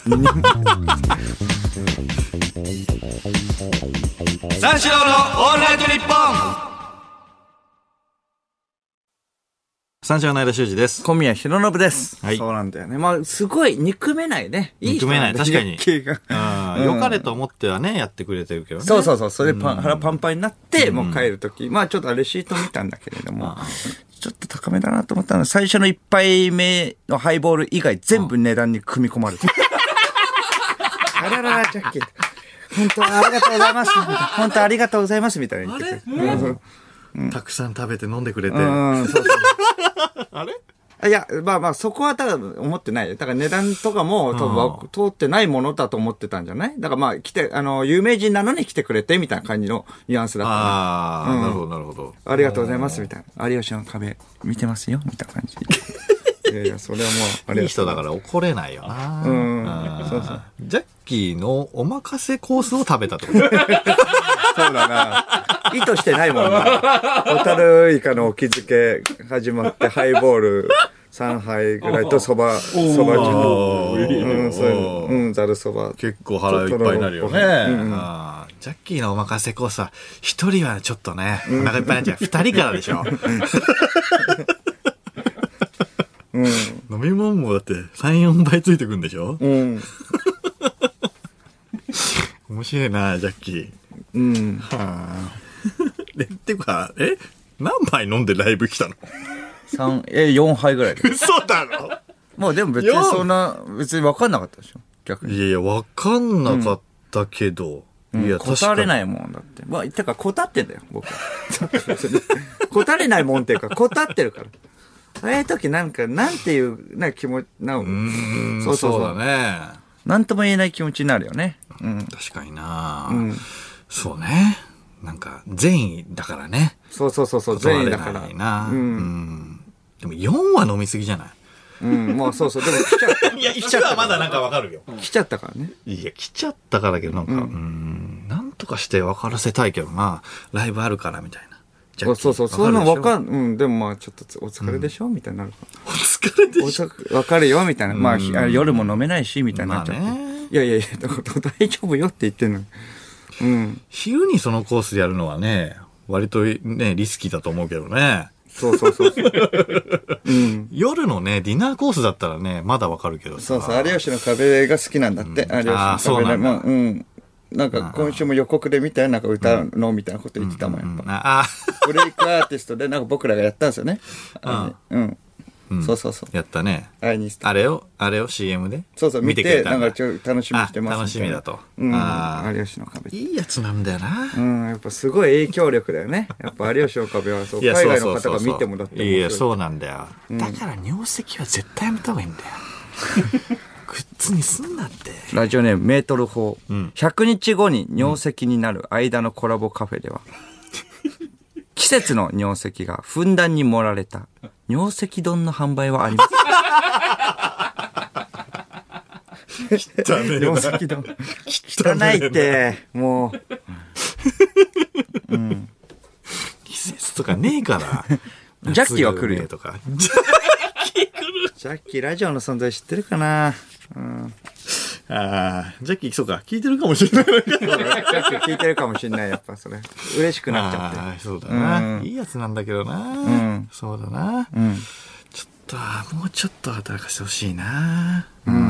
三四郎のオールナイトニッポン。三四郎の間修二です。 小宮弘信です。 はい。 そうなんだよね。まあ、すごい憎めないね。いい人なんだ。憎めない。確かに。 うん。 良かれと思ってはね、やってくれてるけどね。 そうそうそう。それでパン、腹パンパンになって、もう帰るとき。まあ、ちょっとレシート見たんだけれども、ちょっと高めだなと思ったのは、最初の一杯目のハイボール以外全部値段に組み込まれてる。あららら、ジャッキー。本当ありがとうございます。本当ありがとうございますみたいに言ってくれる。 うん、たくさん食べて飲んでくれて。 うん、そうそうあれいや、まあまあ、そこはただ思ってない。だから値段とかも通ってないものだと思ってたんじゃないだからまあ、来て、あの、有名人なのに来てくれて、みたいな感じのニュアンスだった、ね。 ああ、うん、なるほど、なるほど。 ありがとうございます、みたいな。有吉の壁、見てますよ、みたいな感じ。いやいや、それはもう、あれ。 いい人だから怒れないよな。 うん。そうそう。 ジャッキーのお任せコースを食べたってことそうだな。意図してないもんな。ホタルイカのお気づけ始まって、ハイボール、 さんはいぐらいとそば、そば汁。うん、そういう、うん、ざるそば。 結構腹いっぱいになるよね。うんあジャッキーのお任せコースは、一人はちょっとね、お腹いっぱいになっちゃう。二人からでしょ。うん、飲み物もだってさん、よんばいついてくんでしょうん。面白いな、ジャッキー。うん。はあ。え、っていうか、え何杯飲んでライブ来たの三え、よんはいぐらいで。 嘘だろもうでも別にそんな、別に分かんなかったでしょ逆に。 いやいや、分かんなかったけど。 うん、いや、こたれないもんだって。まあ、てか、こたってんだよ、僕。こたれないもんっていうか、こたってるから。ああいう時なんか、なんていう、なんか気持ち、なうーん、そうそうそうだね。 なんとも言えない気持ちになるよね。 うん。確かにな、うん、そうね。なんか、善意だからね。 そうそうそうそう、善意だから。 な、うん、うん。でもよんは飲みすぎじゃないうん、もうそうそう、でも来ちゃった。 いや、いちはまだなんかわかるよ。 来ちゃったからね。 いや、来ちゃったからだけど、なんか、うん、うんなんとかして分からせたいけどな、ライブあるからみたいな。 そうそうそう、そういうの分かん、うん、でもまあちょっとお疲れでしょ、うん、みたいになるから。 お疲れでしょ分かるよ、みたいな。まあ、夜も飲めないし、みたいになっちゃって。まあね、いやいやいや、大丈夫よって言ってんの。うん。 昼にそのコースでやるのはね、割とね、リスキーだと思うけどね。 そうそうそうそう、 うん。夜のね、ディナーコースだったらね、まだわかるけどさ。 そうそう、有吉の壁が好きなんだって。うん、有吉の壁で。あ、そうなんだ。うん。なんか今週も予告で見たよ、なんか歌うのみたいなこと言ってたもん、やっぱ。ブレイクアーティストでなんか僕らがやったんですよね。うん。うん、そうそうそう。 やったね。 あれにあれを、あれを シーエム でそうそう、見て、なんかちょっと楽しみにしてます。 楽しみだと。 うん。有吉の壁。 いいやつなんだよな。 うん、やっぱすごい影響力だよね。やっぱ有吉の壁は、そう、海外の方が見てもらっても。 いや、そうなんだよ。だから尿石は絶対やめた方がいいんだよ。グッズにすんなって。 ラジオネームメートル法、うん、ひゃくにちごに尿石になる間のコラボカフェでは、うん、季節の尿石がふんだんに盛られた尿石丼の販売はあります。 汚ねえ尿石丼汚いってもう、うん、 季節とかねえからジャッキーは来るよとかジャッキーラジオの存在知ってるかな、うん、 ああ、ジャッキーそうか、聞いてるかもしれない。ジャッキー聞いてるかもしれない、やっぱそれ。嬉しくなっちゃって。 ああ、そうだな、うん。いいやつなんだけどな。うん、そうだな、うん。ちょっと、もうちょっと働かせてほしいな。うん。うん、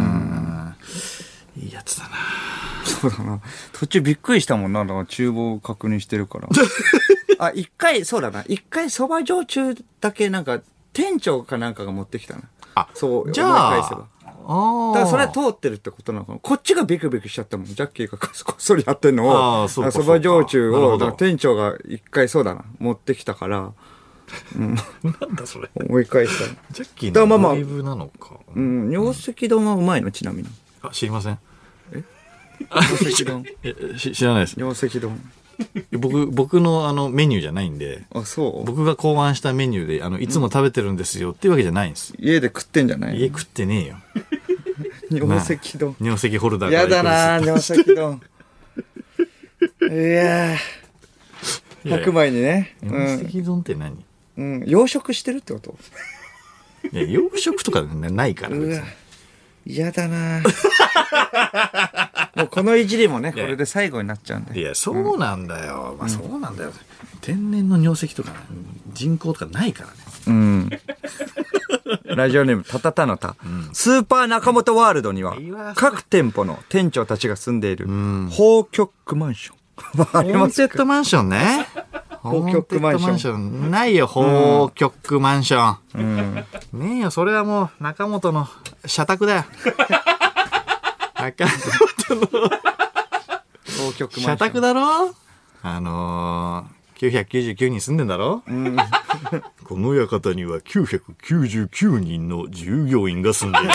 いいやつだな。 そうだな。途中びっくりしたもんな。だから厨房を確認してるから。あ、一回、そうだな。一回蕎麦焼酎だけなんか、店長かなんかが持ってきたな。 あ、 そう、 じゃあ、 思い返せば。あだからそれは通ってるってことなのかな。こっちがビクビクしちゃったもん。ジャッキーがこっそりやってんのを、あ、そうか、蕎麦焼酎を、店長が一回そうだな、持ってきたから、 うん、なんだそれ。 思い返した。 ジャッキーのドリブなのか。 うん、尿石丼はうまいの、ちなみに。 あ、知りません。 え尿石丼知らないです。 尿石丼。 僕、僕のあのメニューじゃないんで。 あ、そう僕が考案したメニューで、あの、いつも食べてるんですよっていうわけじゃないんです。 家で食ってんじゃない？ 家食ってねえよ。 尿石丼。 尿石ホルダーから。 やだな尿石丼。いやー。白米にね。 尿石丼って何？ うん。養殖してるってこと？ いや、養殖とかないから。 うわ。嫌だなもうこのいじりもね、これで最後になっちゃうんで。 いや、そうなんだよ。うん、まあそうなんだよ。天然の尿石とか、人工とかないからね。 うん。ラジオネーム、たたたのた、うん。スーパー中本ワールドには、各店舗の店長たちが住んでいる、宝極マンション。 ホーンテッドマンションね。 宝極マンション。ないよ、宝極マンション。うん、ねえよ、それはもう、中本の社宅だよ。中本の宝極マンション。社宅だろ？あのー、きゅうひゃくきゅうじゅうきゅうにん住んでんだろ？うん、この館にはきゅうひゃくきゅうじゅうきゅうにんの従業員が住んでいる。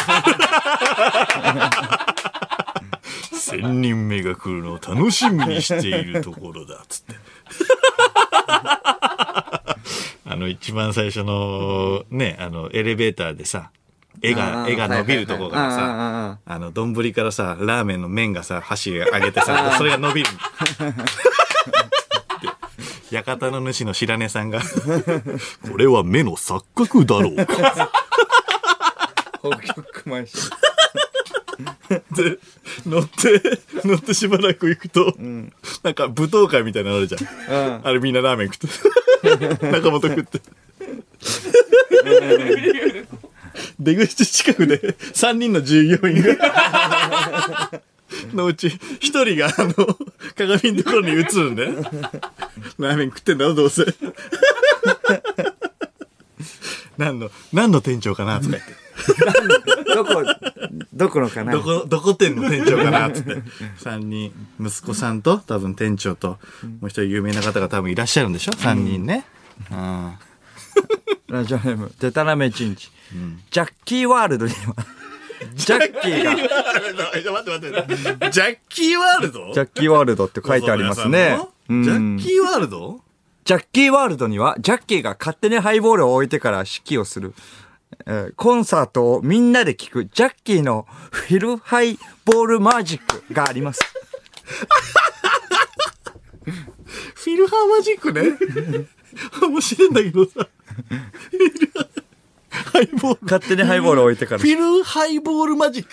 せんにんめが来るのを楽しみにしているところだ、つって。あの、一番最初の、ね、あの、エレベーターでさ、絵が、絵が伸びるところからさ、あの、丼からさ、ラーメンの麺がさ、箸上げてさ、それが伸びる。館の主の白根さんが、これは目の錯覚だろうか。 北極マンシで、乗って、乗ってしばらく行くと、うん、なんか舞踏会みたいなのあるじゃん。うん、あれみんなラーメン食って。中本食って。出口近くでさんにんの従業員がのうちひとりがあの鏡のところに映るんで、ラーメン食ってんだろどうせ。何の何の店長かなとか言って。 どこどこのかな。 どこどこ店の店長かなっつってさんにん息子さんと多分店長ともう一人有名な方が多分いらっしゃるんでしょ。さんにんね。うん。 ラジオネームデタラメチンチ、うん、ジャッキーワールドにはジャッキーが待って待ってジャッキーワールドジャッキーワールドって書いてありますね。 ジャッキーワールドジャッキーワールドにはジャッキーが勝手にハイボールを置いてから指揮をする、えー、コンサートをみんなで聴くジャッキーのフィルハイボールマジックがあります。 フィルハーマジックね。面白いんだけどさ。ハイボール。 勝手にハイボール置いてから。 フィルハイボールマジック。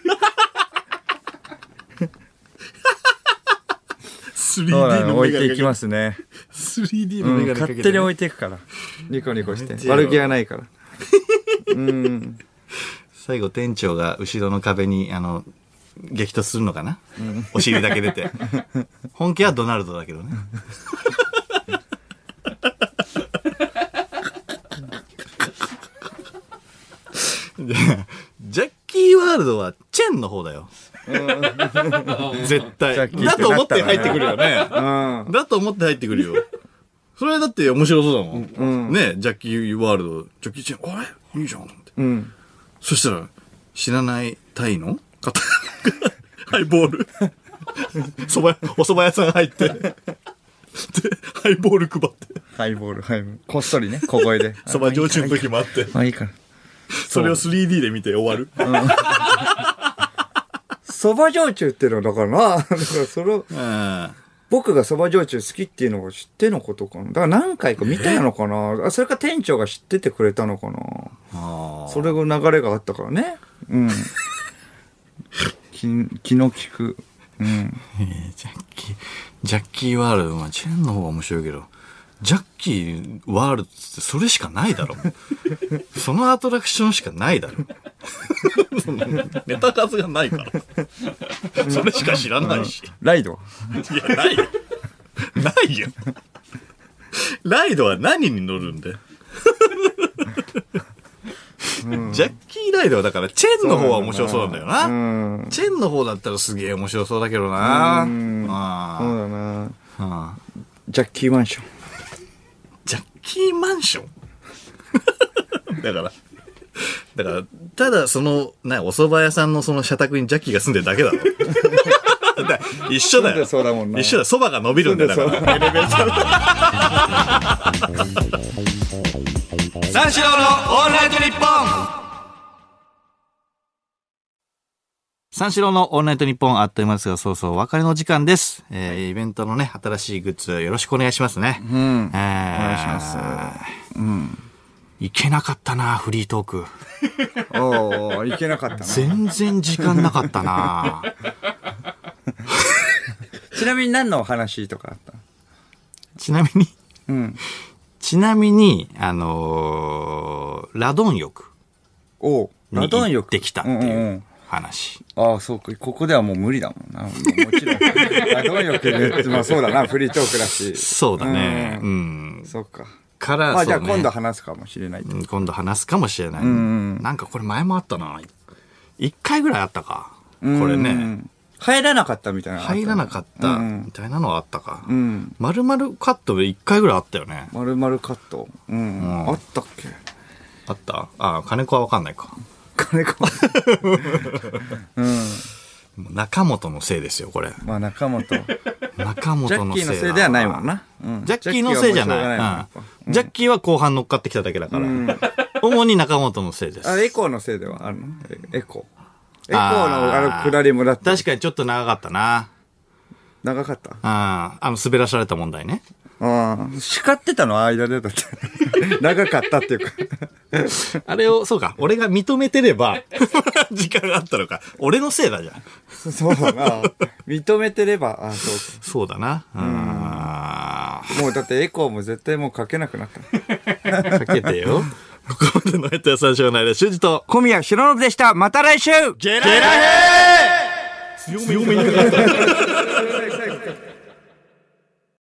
スリーディー の置いていきますね。 スリーディー のメガネかけて、ね、 勝手に置いていくから。ニコニコして。悪気がないから。うん。 最後店長が後ろの壁に、あの、激突するのかな、うん、お尻だけ出て。本家はドナルドだけどね。ジャッキーワールドはチェンの方だよ。絶対。だと思って入ってくるよね。うん、だと思って入ってくるよ。それだって面白そうだもん。うん、ね、ジャッキーワールド、ジャッキーチェン、あれいいじゃんと思って。うん、そしたら、知らないタイの方ハイボール。そば、お蕎麦屋さん入って。で、ハイボール配って。 ハイボール、ハイボール。こっそりね、小声で。 蕎麦上中の時もあって。 まあいいから。 それを スリーディー で見て終わる。 蕎麦焼酎っていうのだからな。だからそれを、僕が蕎麦焼酎好きっていうのを知ってのことかな。だから何回か見たのかな。それか店長が知っててくれたのかな。それが流れがあったからね。うん。気, 気の利く。うん。 えー、ジャッキー、ジャッキーワールド、まあ、チェーンの方が面白いけど、ジャッキーワールドってそれしかないだろ。そのアトラクションしかないだろ。ネタ数がないから。それしか知らないし。 ライドいや、ないよ。ないよ。ライドは何に乗るんで。うん、ジャッキーライドはだからチェンの方は面白そうなんだよな。うん、チェンの方だったらすげえ面白そうだけどな。うん、あそうだな、あ。ジャッキーマンション。 ジャッキーマンションだから、だから、ただその、な、お蕎麦屋さんのその社宅にジャッキーが住んでるだけだろ。だ一緒だよ。 そうだもんな。 一緒だ。蕎麦が伸びるんだよ。だから。エレベーター。三四郎のオールナイトニッポン。三四郎のオールナイトニッポン、あっという間ですが、そうそうお別れの時間です。えー、イベントのね、新しいグッズよろしくお願いしますね。うん。えー、お願いします。うん。いけなかったな、フリートーク。 おー、いけなかったな。 全然時間なかったな。 ちなみに何の話とかあった？ ちなみに、うん。ちなみに、あのー、ラドン浴。 おラドン浴できたっていう話。 うんうんうん、ああ、そうか。ここではもう無理だもんな。もちろん。ラドン浴ね。まあそうだな。フリートークだし。 そうだね。うん。 うん、そうか。 から、 まあじゃあ今度話すかもしれない、 うん。今度話すかもしれない。うん、なんかこれ前もあったな。一回ぐらいあったか。これね。うん入らなかったみたいな。 入らなかったみたいなのはあったか。うん。丸々カットで一回ぐらいあったよね。 丸々カット。うん。うん、あったっけ？ あったああ、金子はわかんないか。 金子うん。 中本のせいですよ、これ。 まあ中本。 中本のせい。 ジャッキーのせいではないもんな。 うん、ジャッキーのせいじゃない。ないうん、ジャッキーは後半乗っかってきただけだから。うん、主に中本のせいです。 あ、エコーのせいではあるの？エコー。エコーのあの下りもだって。 確かにちょっと長かったな。 長かった？ああ、あの滑らされた問題ね。 ああ、叱ってたの間でだって。長かったっていうか。 あれを、そうか、俺が認めてれば、時間があったのか。俺のせいだじゃん。 そうだな。認めてれば、あ、そうか。 そうだな。あもうだってエコーも絶対もうかけなくなった。 かけてよ。ここまでの相手は三章の間、修二と小宮浩信でした。また来週ゲラヘー強めにかかった。